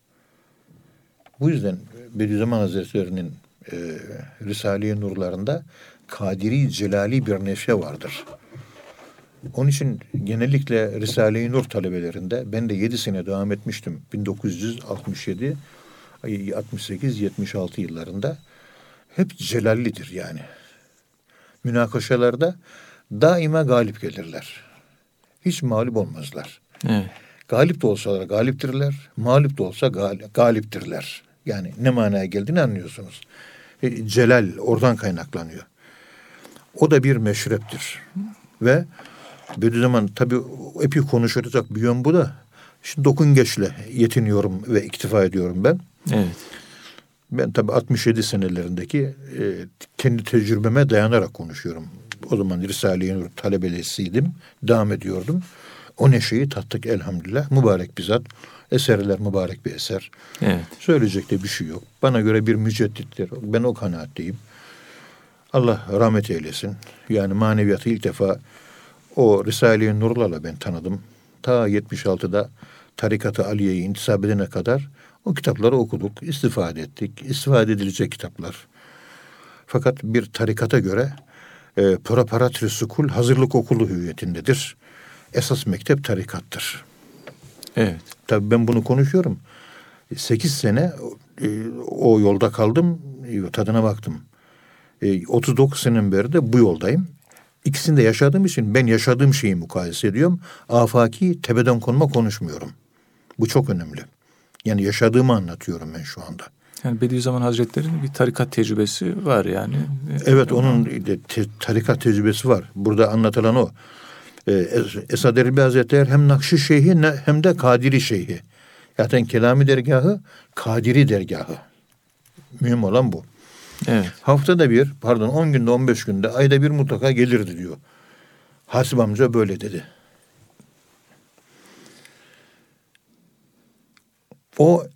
Bu yüzden Bediüzzaman Hazretleri'nin e, Risale-i Nurlarında kadiri celali bir neşe vardır. Onun için genellikle Risale-i Nur talebelerinde, ben de yedi sene devam etmiştim. bin dokuz yüz altmış yedi, altmış sekiz, yetmiş altı yıllarında hep celallidir yani. Münakaşalarda daima galip gelirler. Hiç mağlup olmazlar. Evet. Galip de olsalar galiptirler, mağlup da olsa gal- galiptirler. Yani ne manaya geldiğini anlıyorsunuz. E, celal oradan kaynaklanıyor. O da bir meşreptir. Ve Bediüzzaman tabii epey konuşulacak bir yön bu da. Şimdi dokungeçle yetiniyorum ve iktifa ediyorum ben. Evet. Ben tabii altmış yedi senelerindeki e, kendi tecrübeme dayanarak konuşuyorum. O zaman Risale-i Nur talebesiydim. Devam ediyordum. O neşeyi tattık elhamdülillah. Mübarek bir zat. Eserler mübarek bir eser. Evet. Söyleyecek de bir şey yok. Bana göre bir müceddittir. Ben o kanaatteyim. Allah rahmet eylesin. Yani maneviyatı ilk defa o Risale-i Nur'larla ben tanıdım. Ta yetmiş altıda Tarikat-ı Aliye'yi intisap edene kadar o kitapları okuduk, istifade ettik. İstifade edilecek kitaplar. Fakat bir tarikata göre e, Preparatri School hazırlık okulu hüviyetindedir. Esas mektep tarikattır. Evet. Tabii ben bunu konuşuyorum. Sekiz sene e, o yolda kaldım, e, tadına baktım. E, otuz dokuz seneden beri de bu yoldayım. İkisini de yaşadığım için ben yaşadığım şeyi mukayese ediyorum. Afaki tepeden konma konuşmuyorum. Bu çok önemli. Yani yaşadığımı anlatıyorum ben şu anda. Yani Bediüzzaman Hazretleri'nin bir tarikat tecrübesi var yani. Evet, onun de, te, tarikat tecrübesi var. Burada anlatılan o. Ee, Esad Erbil Hazretleri hem Nakşi Şeyhi hem de Kadiri Şeyhi. Zaten Kelami dergahı, Kadiri dergahı. Mühim olan bu. Evet. Haftada bir, pardon on günde on beş günde, ayda bir mutlaka gelirdi diyor. Hasip amca böyle dedi. O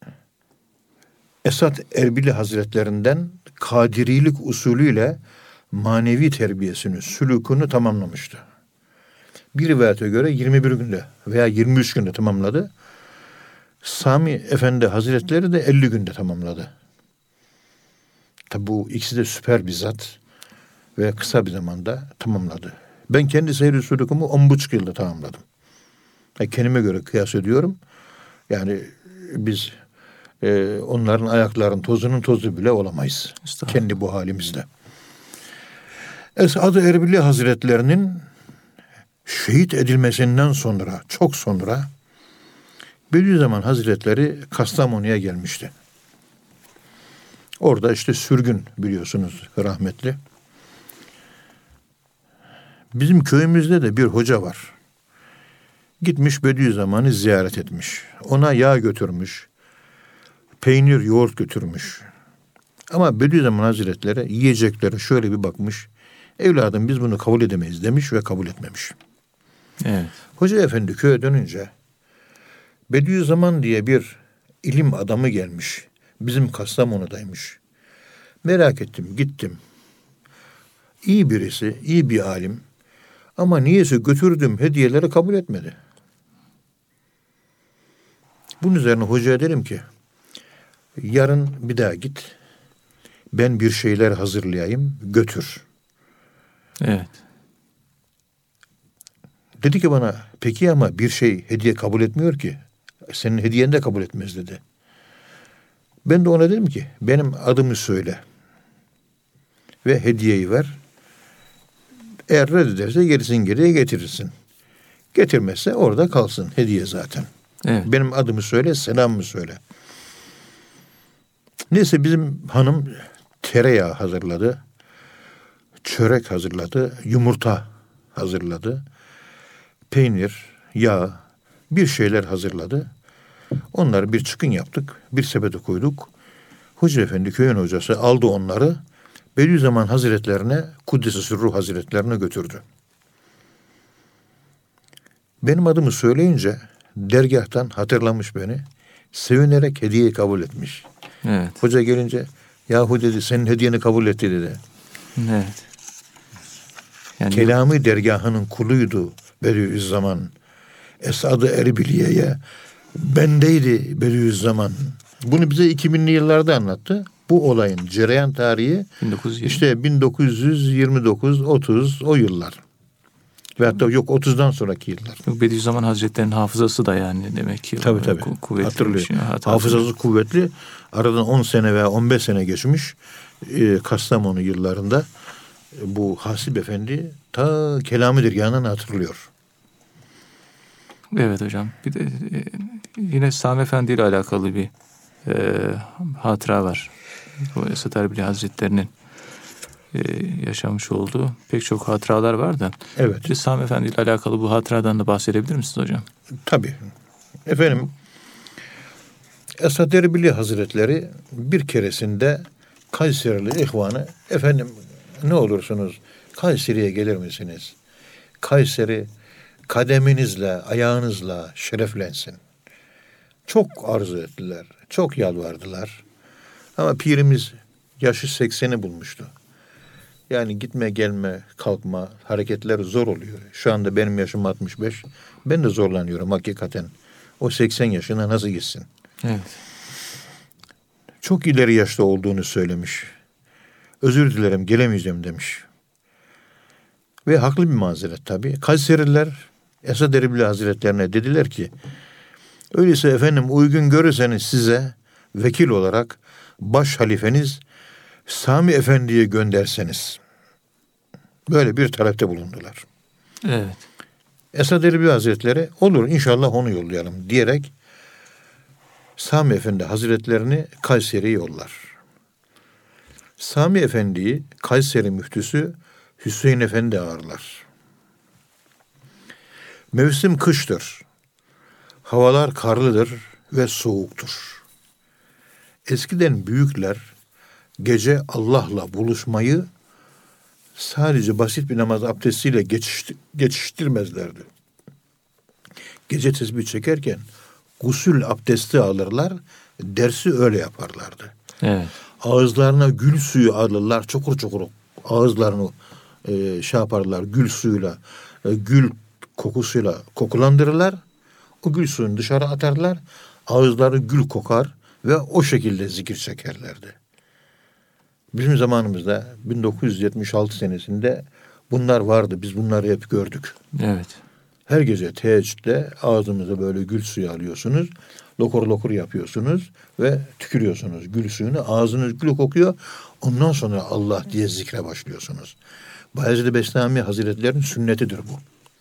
Esad Erbili Hazretlerinden kadirilik usulüyle manevi terbiyesini, sülükünü tamamlamıştı. Bir rivayete göre yirmi bir günde veya yirmi üç günde tamamladı. Sami Efendi Hazretleri de elli günde tamamladı. Tabi bu ikisi de süper bir zat ve kısa bir zamanda tamamladı. Ben kendi seyir-i sülükümü on buçuk yılda tamamladım. Yani kendime göre kıyas ediyorum. Yani biz e, onların ayaklarının tozunun tozu bile olamayız. Kendi bu halimizde. Esad Erbili Hazretlerinin şehit edilmesinden sonra, çok sonra Bediüzzaman Hazretleri Kastamonu'ya gelmişti. Orada işte sürgün biliyorsunuz rahmetli. Bizim köyümüzde de bir hoca var. Gitmiş Bediüzzaman'ı ziyaret etmiş. Ona yağ götürmüş. Peynir, yoğurt götürmüş. Ama Bediüzzaman Hazretleri yiyeceklere şöyle bir bakmış. Evladım biz bunu kabul edemeyiz demiş ve kabul etmemiş. Evet. Hoca efendi köye dönünce Bediüzzaman diye bir ilim adamı gelmiş. Bizim Kastamonu'daymış. Merak ettim, gittim. İyi birisi, iyi bir alim. Ama niyeyse götürdüğüm hediyeleri kabul etmedi. Bunun üzerine hocaya dedim ki, yarın bir daha git. Ben bir şeyler hazırlayayım, götür. Evet. Dedi ki bana, peki ama bir şey hediye kabul etmiyor ki. Senin hediyeni de kabul etmez dedi. Ben de ona dedim ki, benim adımı söyle. Ve hediyeyi ver. Eğer reddederse gerisini geriye getirirsin. Getirmezse orada kalsın hediye zaten. Evet. Benim adımı söyle, selamımı söyle. Neyse bizim hanım tereyağı hazırladı. Çörek hazırladı. Yumurta hazırladı. Peynir, yağ, bir şeyler hazırladı. Onları bir çıkın yaptık. Bir sepete koyduk. Hoca efendi köyün hocası aldı onları. Bediüzzaman Hazretlerine, Kuddesi Sürruh Hazretlerine götürdü. Benim adımı söyleyince dergahtan hatırlamış beni. sevinerek hediyeyi kabul etmiş. Evet. Hoca gelince yahu dedi senin hediyeni kabul etti dedi. Evet. Yani Kelami dergahının kuluydu Bediüzzaman. Esad-ı Erbiliye'ye bendeydi Bediüzzaman. Bunu bize iki binli yıllarda anlattı. Bu olayın cereyan tarihi bin dokuz yüz yirmi. işte bin dokuz yüz yirmi dokuz otuz o yıllar. Ve hatta yok otuzdan sonraki yıllar. Bediüzzaman Hazretleri'nin hafızası da yani demek ki. Tabii tabii. Ku- kuvvetli Hatırlıyor. bir şey. Hat- Hafızası kuvvetli. Aradan on sene veya on beş sene geçmiş. Ee, Kastamonu yıllarında e, bu Hasip Efendi ta Kelami Dergahı'ndan hatırlıyor. Evet hocam. Bir de e, yine Sami Efendi ile alakalı bir e, hatıra var. Bu Esad Erbili Hazretleri'nin e, yaşamış olduğu pek çok hatıralar var da. Evet. Bir de Sami Efendi ile alakalı bu hatıradan da bahsedebilir misiniz hocam? Tabii. Efendim Esad Erbili Hazretleri bir keresinde Kayserili ihvanı efendim ne olursunuz Kayseri'ye gelir misiniz? Kayseri kademinizle, ayağınızla şereflensin. Çok arzu ettiler, çok yalvardılar. Ama pirimiz yaşı sekseni bulmuştu. Yani gitme, gelme, kalkma, hareketler zor oluyor. Şu anda benim yaşım altmış beş. Ben de zorlanıyorum hakikaten. O seksen yaşına nasıl gitsin? Evet. Çok ileri yaşta olduğunu söylemiş. Özür dilerim, gelemeyeceğim demiş. Ve haklı bir mazeret tabii. Kayserililer Esad Erbili Hazretlerine dediler ki, öyleyse efendim uygun görürseniz size vekil olarak baş halifeniz Sami Efendi'ye gönderseniz. Böyle bir talepte bulundular. Evet. Esad Erbili Hazretleri olur inşallah onu yollayalım diyerek Sami Efendi Hazretlerini Kayseri'ye yollar. Sami Efendi'yi Kayseri müftüsü Hüseyin Efendi ağırlar. Mevsim kıştır. Havalar karlıdır ve soğuktur. Eskiden büyükler gece Allah'la buluşmayı sadece basit bir namaz abdestiyle geçiştir, geçiştirmezlerdi. Gece tesbih çekerken gusül abdesti alırlar, dersi öyle yaparlardı. Evet. Ağızlarına gül suyu alırlar, çokur çokur ağızlarını e, şey yaparlar, gül suyuyla, e, gül kokusuyla kokulandırırlar. O gül suyunu dışarı atarlar, ağızları gül kokar ve o şekilde zikir çekerlerdi. Bizim zamanımızda bin dokuz yüz yetmiş altı senesinde bunlar vardı. Biz bunları hep gördük. Evet. Her gece teheccüde ağzınıza böyle gül suyu alıyorsunuz. Lokur lokur yapıyorsunuz ve tükürüyorsunuz gül suyunu. Ağzınız gül kokuyor. Ondan sonra Allah diye zikre başlıyorsunuz. Bayezid-i Bestami Hazretleri'nin sünnetidir bu.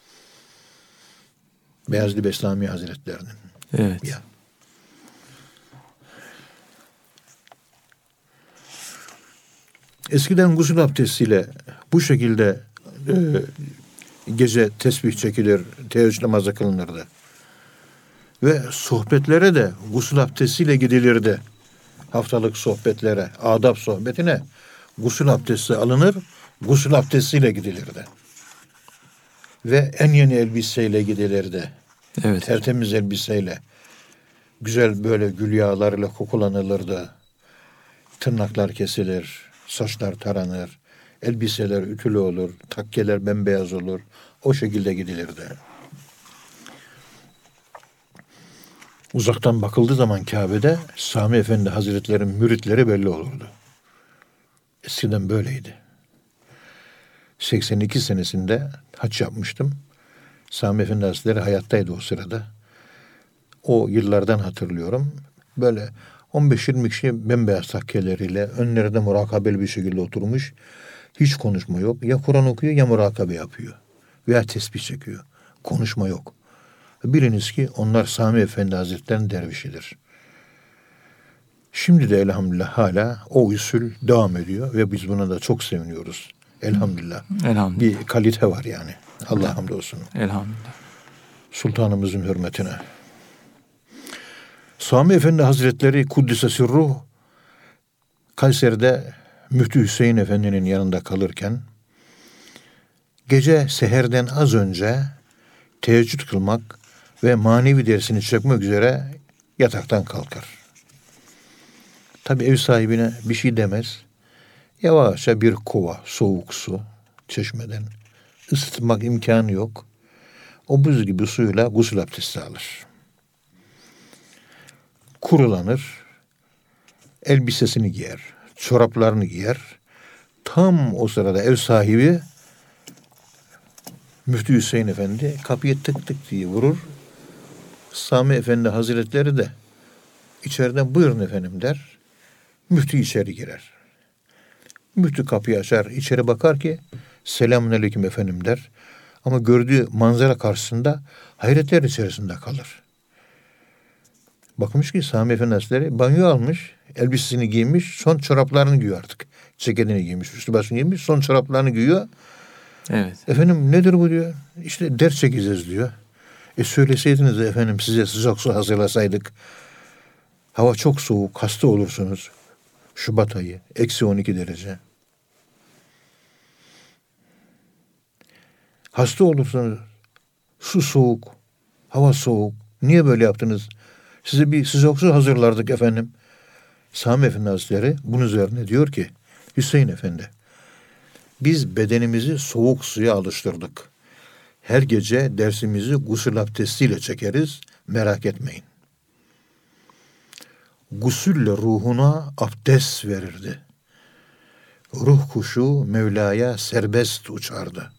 Bayezid-i Bestami Hazretleri'nin. Evet. Ya. Eskiden gusül abdestiyle bu şekilde e, gece tesbih çekilir, teheccüd namazı kılınırdı. Ve sohbetlere de gusül abdestiyle gidilirdi. Haftalık sohbetlere, adab sohbetine gusül abdesti alınır, gusül abdestiyle gidilirdi. Ve en yeni elbiseyle gidilirdi. Evet. Tertemiz elbiseyle. Güzel böyle gül yağlarıyla kokulanılırdı. Tırnaklar kesilir, saçlar taranır, elbiseler ütülü olur, takkeler bembeyaz olur. O şekilde gidilirdi. Uzaktan bakıldığı zaman Kabe'de Sami Efendi Hazretleri'nin müritleri belli olurdu. Eskiden böyleydi. seksen iki senesinde hac yapmıştım. Sami Efendi Hazretleri hayattaydı o sırada. O yıllardan hatırlıyorum. Böyle on beş yirmi kişi bembeyaz takkeleriyle önlerinde murakabeli bir şekilde oturmuş. Hiç konuşma yok. Ya Kur'an okuyor ya murakabe yapıyor. Veya tesbih çekiyor. Konuşma yok. Biliniz ki onlar Sami Efendi Hazretleri'nin dervişidir. Şimdi de elhamdülillah hala o usul devam ediyor ve biz buna da çok seviniyoruz. Elhamdülillah. Elhamdülillah. Bir kalite var yani. Allah hamdolsun. Elhamdülillah. Sultanımızın hürmetine. Sami Efendi Hazretleri Kuddise Sirruh Kayseri'de Müftü Hüseyin Efendi'nin yanında kalırken gece seherden az önce teheccüd kılmak ve manevi dersini çekmek üzere yataktan kalkar. Tabii ev sahibine bir şey demez. Yavaşça bir kova soğuk su çeşmeden, ısıtmak imkanı yok. O buz gibi suyla gusül abdesti alır. Kurulanır, elbisesini giyer, çoraplarını giyer. Tam o sırada ev sahibi Müftü Hüseyin Efendi kapıya tık tık diye vurur. Sami Efendi Hazretleri de içeriden buyurun efendim der. Müftü içeri girer. Müftü kapıyı açar, içeri bakar ki selamünaleyküm efendim der. Ama gördüğü manzara karşısında hayretler içerisinde kalır. Bakmış ki Sami Efendi Hazretleri banyo almış, elbisesini giymiş, son çoraplarını giyiyor artık. Ceketini giymiş, üstü başını giymiş, son çoraplarını giyiyor. Evet. Efendim nedir bu diyor. İşte ders çekeceğiz diyor. E söyleseydiniz de efendim size sıcak su hazırlasaydık. Hava çok soğuk, hasta olursunuz. Şubat ayı, eksi on iki derece. Hasta olursunuz. Su soğuk, hava soğuk. Niye böyle yaptınız? Size bir sıcak su hazırlardık efendim. Sami Efendi Hazretleri bunun üzerine diyor ki, Hüseyin Efendi, biz bedenimizi soğuk suya alıştırdık. Her gece dersimizi gusül abdestiyle çekeriz, merak etmeyin. Gusülle ruhuna abdest verirdi. Ruh kuşu Mevla'ya serbest uçardı.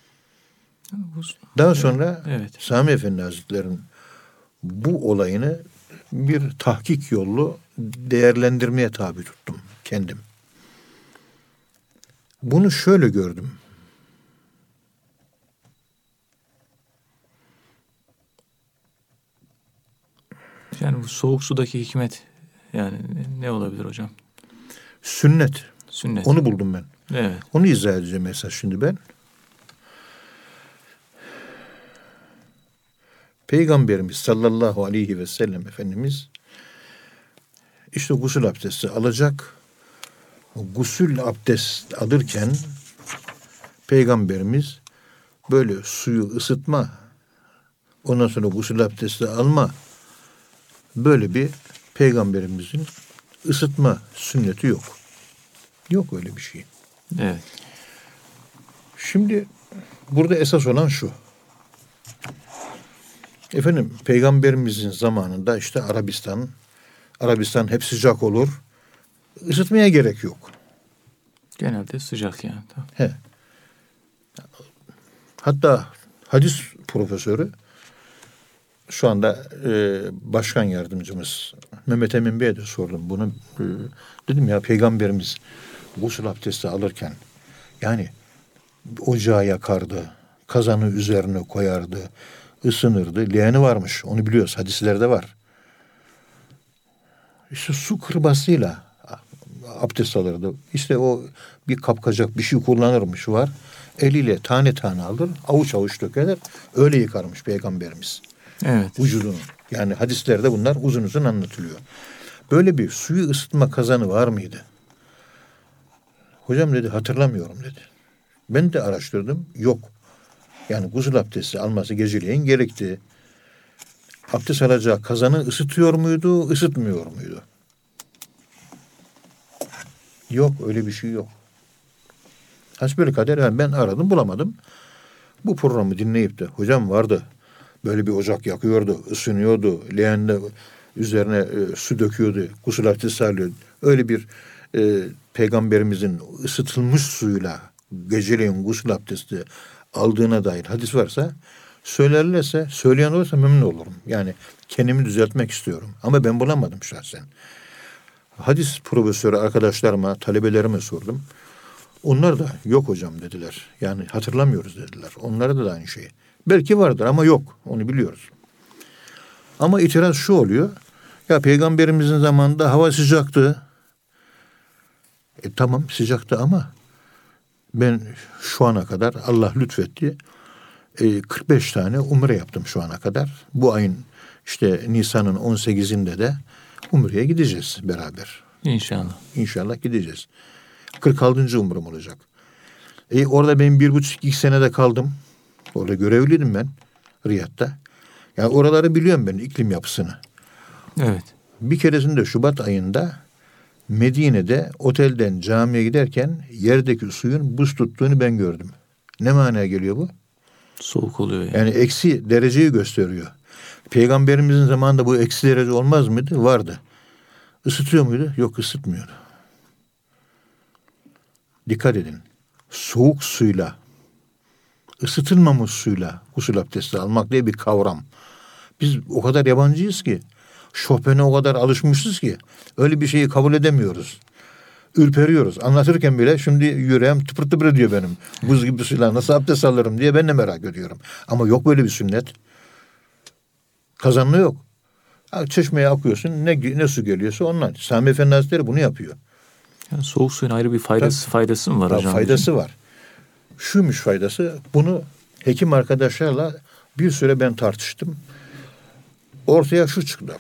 Daha sonra evet. Sami Efendi Hazretleri'nin bu olayını bir tahkik yolu değerlendirmeye tabi tuttum kendim. Bunu şöyle gördüm. Yani bu soğuk sudaki hikmet yani ne olabilir hocam? Sünnet. Sünnet. Onu buldum ben. Evet. Onu izah edeceğim esas şimdi ben. Peygamberimiz sallallahu aleyhi ve sellem Efendimiz işte gusül abdesti alacak. Gusül abdest alırken Peygamberimiz böyle suyu ısıtma, ondan sonra gusül abdesti alma, böyle bir Peygamberimizin ısıtma sünneti yok. Yok öyle bir şey. Evet. Şimdi burada esas olan şu. Efendim Peygamberimizin zamanında işte Arabistan, Arabistan hep sıcak olur. Isıtmaya gerek yok. Genelde sıcak yani. Tamam. He. Hatta hadis profesörü şu anda e, başkan yardımcımız Mehmet Emin Bey'e de sordum bunu. E, dedim ya Peygamberimiz gusül abdesti alırken yani ocağı yakardı, kazanı üzerine koyardı, ısınırdı. Leğeni varmış. Onu biliyoruz. Hadislerde var. İşte su kırbasıyla abdest alırdı. İşte o bir kapkacak bir şey kullanırmış var. Eliyle tane tane alır. Avuç avuç döker. Öyle yıkarmış Peygamberimiz. Evet. Vücudunu. Yani hadislerde bunlar uzun uzun anlatılıyor. Böyle bir suyu ısıtma kazanı var mıydı? Hocam dedi hatırlamıyorum dedi. Ben de araştırdım. Yok. Yani gusül abdesti alması geceleyin gerekti. Abdest alacağı kazanı ısıtıyor muydu, ısıtmıyor muydu? Yok, öyle bir şey yok. Hasbelkader yani ben aradım bulamadım. Bu programı dinleyip de hocam vardı. Böyle bir ocak yakıyordu, ısınıyordu. Leğende üzerine e, su döküyordu, gusül abdesti alıyordu. Öyle bir e, Peygamberimizin ısıtılmış suyla geceleyin gusül abdesti aldığına dair hadis varsa söylerlerse, söyleyen olursa memnun olurum. Yani kendimi düzeltmek istiyorum. Ama ben bulamadım şahsen. Hadis profesörü arkadaşlarıma, talebelerime sordum. Onlar da yok hocam dediler. Yani hatırlamıyoruz dediler. Onlara da, da aynı şey. Belki vardır ama yok. Onu biliyoruz. Ama itiraz şu oluyor. Ya Peygamberimizin zamanında hava sıcaktı. E tamam sıcaktı ama ben şu ana kadar Allah lütfetti. E, kırk beş tane umre yaptım şu ana kadar. Bu ayın işte Nisan'ın on sekizinde de umreye gideceğiz beraber. İnşallah. İnşallah gideceğiz. kırk altıncı umrem olacak. E, orada ben bir buçuk iki senede kaldım. Orada görevliydim ben Riyad'da. Yani oraları biliyorum ben iklim yapısını. Evet. Bir keresinde Şubat ayında Medine'de otelden camiye giderken yerdeki suyun buz tuttuğunu ben gördüm. Ne manaya geliyor bu? Soğuk oluyor yani. Yani eksi dereceyi gösteriyor. Peygamberimizin zamanında bu eksi derece olmaz mıydı? Vardı. Isıtıyor muydu? Yok, ısıtmıyordu. Dikkat edin. Soğuk suyla, ısıtılmamış suyla gusül abdesti almak diye bir kavram. Biz o kadar yabancıyız ki, Chopin'e o kadar alışmışız ki öyle bir şeyi kabul edemiyoruz. Ürperiyoruz. Anlatırken bile şimdi yüreğim tıpır tıpır ediyor benim. Buz gibi suyla nasıl abdest alırım diye ben de merak ediyorum. Ama yok böyle bir sünnet. Kazanlı yok. Çeşmeye akıyorsun, ne, ne su geliyorsa ondan. Sami Efendi Hazretleri bunu yapıyor. Yani soğuk suyun ayrı bir faydası, Tabii. faydası mı var Tabii, hocam? faydası bizim? var. Şuymuş faydası, bunu hekim arkadaşlarla bir süre ben tartıştım. Ortaya şu çıktı.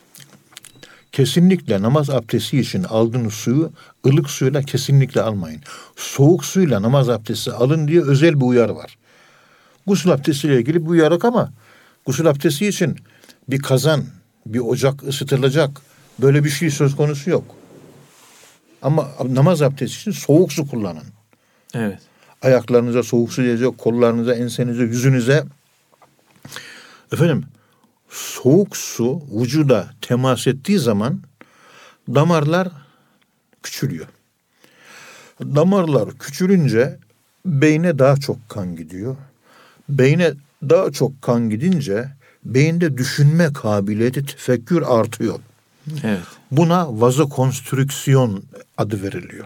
Kesinlikle namaz abdesti için aldığınız suyu ılık suyla kesinlikle almayın. Soğuk suyla namaz abdesti alın diye özel bir uyarı var. Gusül abdestiyle ilgili bir uyarı ama gusül abdesti için bir kazan, bir ocak ısıtılacak, böyle bir şey söz konusu yok. Ama namaz abdesti için soğuk su kullanın. Evet. Ayaklarınıza soğuk su gelecek, kollarınıza, ensenize, yüzünüze. Efendim, soğuk su vücuda temas ettiği zaman damarlar küçülüyor. Damarlar küçülünce beyne daha çok kan gidiyor. Beyne daha çok kan gidince beyinde düşünme kabiliyeti, tefekkür artıyor. Evet. Buna vazokonstrüksiyon adı veriliyor.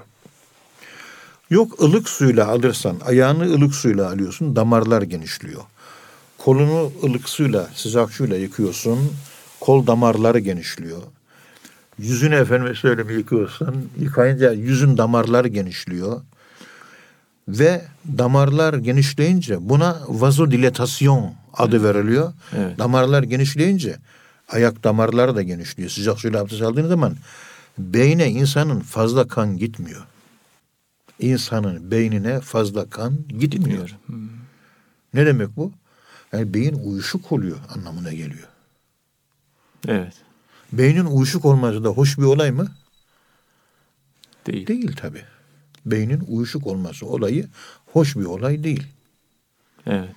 Yok, ılık suyla alırsan, ayağını ılık suyla alıyorsun, damarlar genişliyor. Kolunu ılık suyla, sıcak suyla yıkıyorsun, kol damarları genişliyor. Yüzünü efendim söyleyeyim yıkıyorsun, yıkayınca yüzün damarları genişliyor. Ve damarlar genişleyince buna vazodilatasyon adı veriliyor. Evet. Damarlar genişleyince ayak damarları da genişliyor. Sıcak suyla abdest aldığınız zaman beyne insanın fazla kan gitmiyor. İnsanın beynine fazla kan gitmiyor. Hmm. Ne demek bu? Yani beyin uyuşuk oluyor anlamına geliyor. Evet. Beynin uyuşuk olması da hoş bir olay mı? Değil. Değil tabii. Beynin uyuşuk olması olayı hoş bir olay değil. Evet.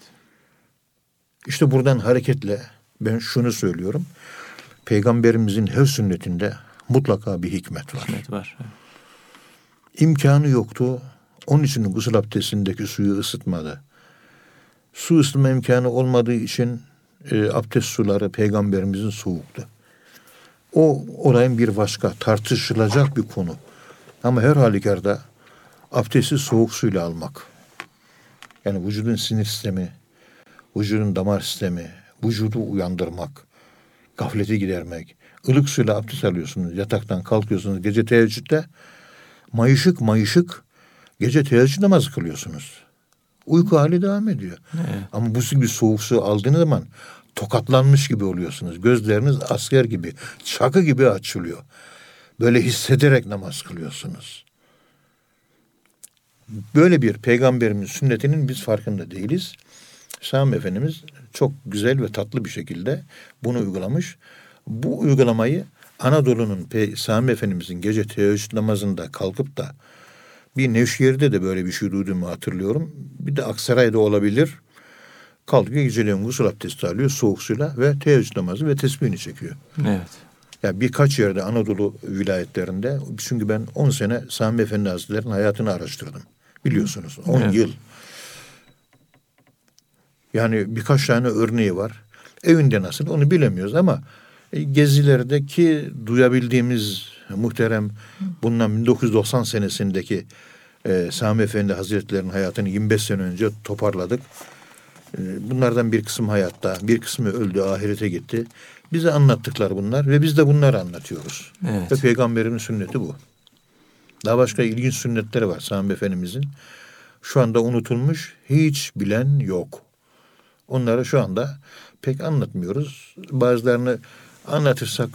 İşte buradan hareketle ben şunu söylüyorum. Peygamberimizin her sünnetinde mutlaka bir hikmet var. Hikmet var. Evet. İmkanı yoktu. Onun için gusül abdestindeki suyu ısıtmadı. Su ısıtma imkanı olmadığı için e, abdest suları peygamberimizin soğuktu. O olayın bir başka tartışılacak bir konu. Ama her halükarda abdesti soğuk suyla almak. Yani vücudun sinir sistemi, vücudun damar sistemi, vücudu uyandırmak, gafleti gidermek. Ilık suyla abdest alıyorsunuz, yataktan kalkıyorsunuz gece teheccüde, mayışık mayışık gece teheccüd namazı kılıyorsunuz. Uyku hali devam ediyor. Evet. Ama bu gibi soğuk su aldığınız zaman tokatlanmış gibi oluyorsunuz. Gözleriniz asker gibi, çakı gibi açılıyor. Böyle hissederek namaz kılıyorsunuz. Böyle bir peygamberimiz sünnetinin biz farkında değiliz. Sami Efendimiz çok güzel ve tatlı bir şekilde bunu uygulamış. Bu uygulamayı Anadolu'nun Sami Efendimizin gece teheccüd namazında kalkıp da bir Nevşehir'de de böyle bir şey duyduğumu hatırlıyorum. Bir de Aksaray'da olabilir. Kalkıyor geceleyin gusül abdesti alıyor soğuk suyla ve teheccüd namazı ve tesbihini çekiyor. Evet. Ya birkaç yerde Anadolu vilayetlerinde, çünkü ben on sene Sami Efendi Hazretleri'nin hayatını araştırdım. Biliyorsunuz on Evet. yıl. Yani birkaç tane örneği var. Evinde nasıl onu bilemiyoruz ama gezilerdeki duyabildiğimiz muhterem bundan bin dokuz yüz doksan senesindeki e, Sami Efendi Hazretleri'nin hayatını yirmi beş sene önce toparladık. E, bunlardan bir kısım hayatta, bir kısmı öldü, ahirete gitti. Bize anlattıklar bunlar ve biz de bunları anlatıyoruz. Evet. Ve Peygamberin sünneti bu. Daha başka ilginç sünnetleri var Sami Efendimizin. Şu anda unutulmuş, hiç bilen yok. Onları şu anda pek anlatmıyoruz. Bazılarını anlatırsak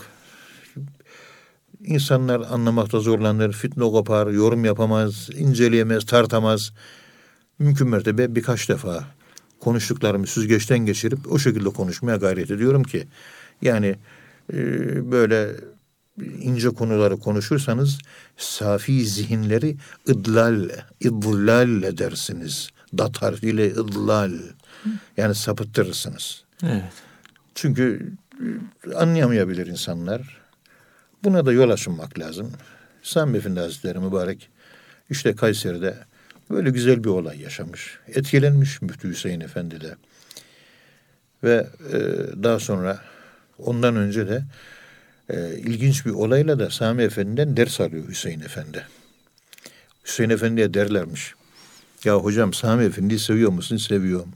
insanlar anlamakta zorlanır, fitne kopar, yorum yapamaz, inceleyemez, tartamaz. Mümkün mertebe birkaç defa konuştuklarımı süzgeçten geçirip o şekilde konuşmaya gayret ediyorum ki yani e, böyle ince konuları konuşursanız safi zihinleri idlal, idlal edersiniz. Dat harfiyle idlal. Yani sapıttırırsınız. Evet. Çünkü anlayamayabilir insanlar. Buna da yol açmak lazım. Sami Efendi Hazretleri mübarek işte Kayseri'de böyle güzel bir olay yaşamış. Etkilenmiş Müftü Hüseyin Efendi de. Ve e, daha sonra ondan önce de e, ilginç bir olayla da Sami Efendi'den ders alıyor Hüseyin Efendi. Hüseyin Efendi'ye derlermiş. Ya hocam Sami Efendi'yi seviyor musun? Seviyorum.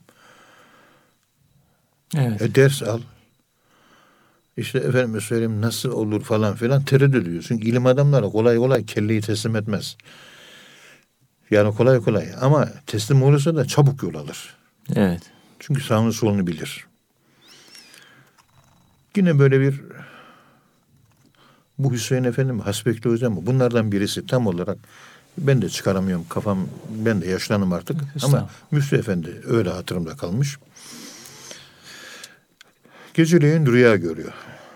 Evet. E ders al. İşte efendime söyleyeyim nasıl olur falan filan tereddüt ediyor. Çünkü ilim adamları kolay kolay kelleyi teslim etmez. Yani kolay kolay. Ama teslim olursa da çabuk yol alır. Evet. Çünkü sağını solunu bilir. Yine böyle bir bu Hüseyin Efendi mi, Hasbekli Hoca mı? Bunlardan birisi tam olarak ben de çıkaramıyorum kafam. Ben de yaşlanım artık. Ama Müftü Efendi öyle hatırımda kalmış. Geceleyin rüya görüyor.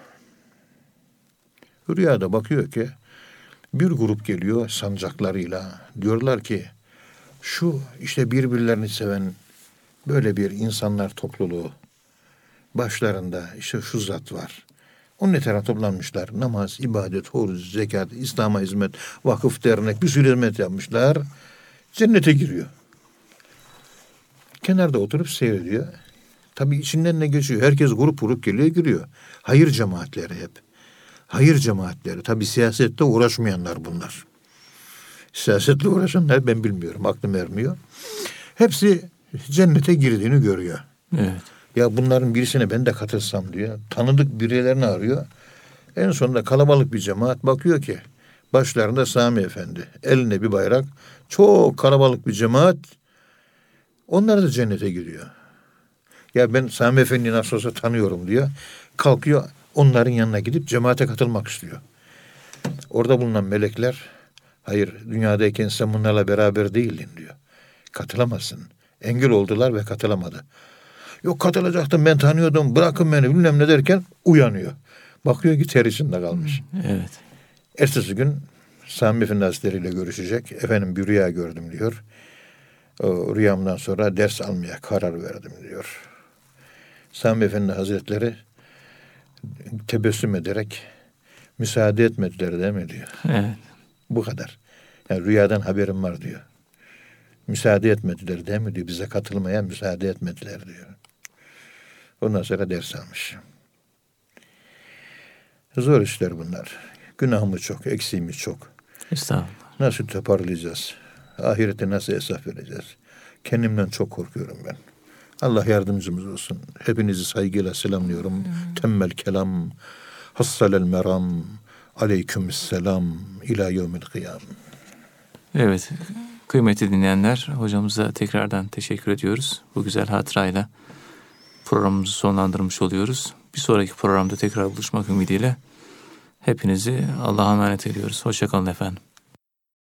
Rüyada bakıyor ki bir grup geliyor sancaklarıyla. Diyorlar ki şu işte birbirlerini seven böyle bir insanlar topluluğu başlarında işte şu zat var. Onun etrafına toplanmışlar. Namaz, ibadet, oruç, zekat, İslam'a hizmet, vakıf, dernek bir sürü hizmet yapmışlar. Cennete giriyor. Kenarda oturup seyrediyor. Tabii içinden ne geçiyor? Herkes grup grup geliyor giriyor. Hayır cemaatleri hep. Hayır cemaatleri. Tabii siyasette uğraşmayanlar bunlar. Siyasetle uğraşanlar ben bilmiyorum. Aklım ermiyor. Hepsi cennete girdiğini görüyor. Evet. Ya bunların birisine ben de katılsam diyor. Tanıdık birilerini arıyor. En sonunda kalabalık bir cemaat bakıyor ki başlarında Sami Efendi. Elinde bir bayrak. Çok kalabalık bir cemaat. Onlar da cennete giriyor. Ya ben Sami Efendi'yi nasıl olsa tanıyorum diyor. Kalkıyor onların yanına gidip cemaate katılmak istiyor. Orada bulunan melekler hayır dünyadayken sen bunlarla beraber değildin diyor. Katılamazsın. Engel oldular ve katılamadı. Yok katılacaktım ben tanıyordum bırakın beni bilmem ne derken uyanıyor. Bakıyor ki ter içinde kalmış. Evet. Ertesi gün Sami Efendi Hazretleri ile görüşecek. Efendim bir rüya gördüm diyor. O rüyamdan sonra ders almaya karar verdim diyor. Sami Efendi Hazretleri tebessüm ederek müsaade etmediler değil mi diyor. Evet. Bu kadar. Yani rüyadan haberim var diyor. Müsaade etmediler değil mi diyor. Bize katılmaya müsaade etmediler diyor. Ondan sonra ders almış. Zor işler bunlar. Günahımız çok, eksiğimiz çok. Estağfurullah. Nasıl toparlayacağız? Ahirete nasıl hesap vereceğiz? Kendimden çok korkuyorum ben. Allah yardımcımız olsun. Hepinizi saygıyla selamlıyorum. Hmm. Temmel kelam, hassalel meram, aleykümselam, ila yevmil kıyam. Evet, kıymetli dinleyenler, hocamıza tekrardan teşekkür ediyoruz. Bu güzel hatırayla programımızı sonlandırmış oluyoruz. Bir sonraki programda tekrar buluşmak ümidiyle hepinizi Allah'a emanet ediyoruz. Hoşça kalın efendim.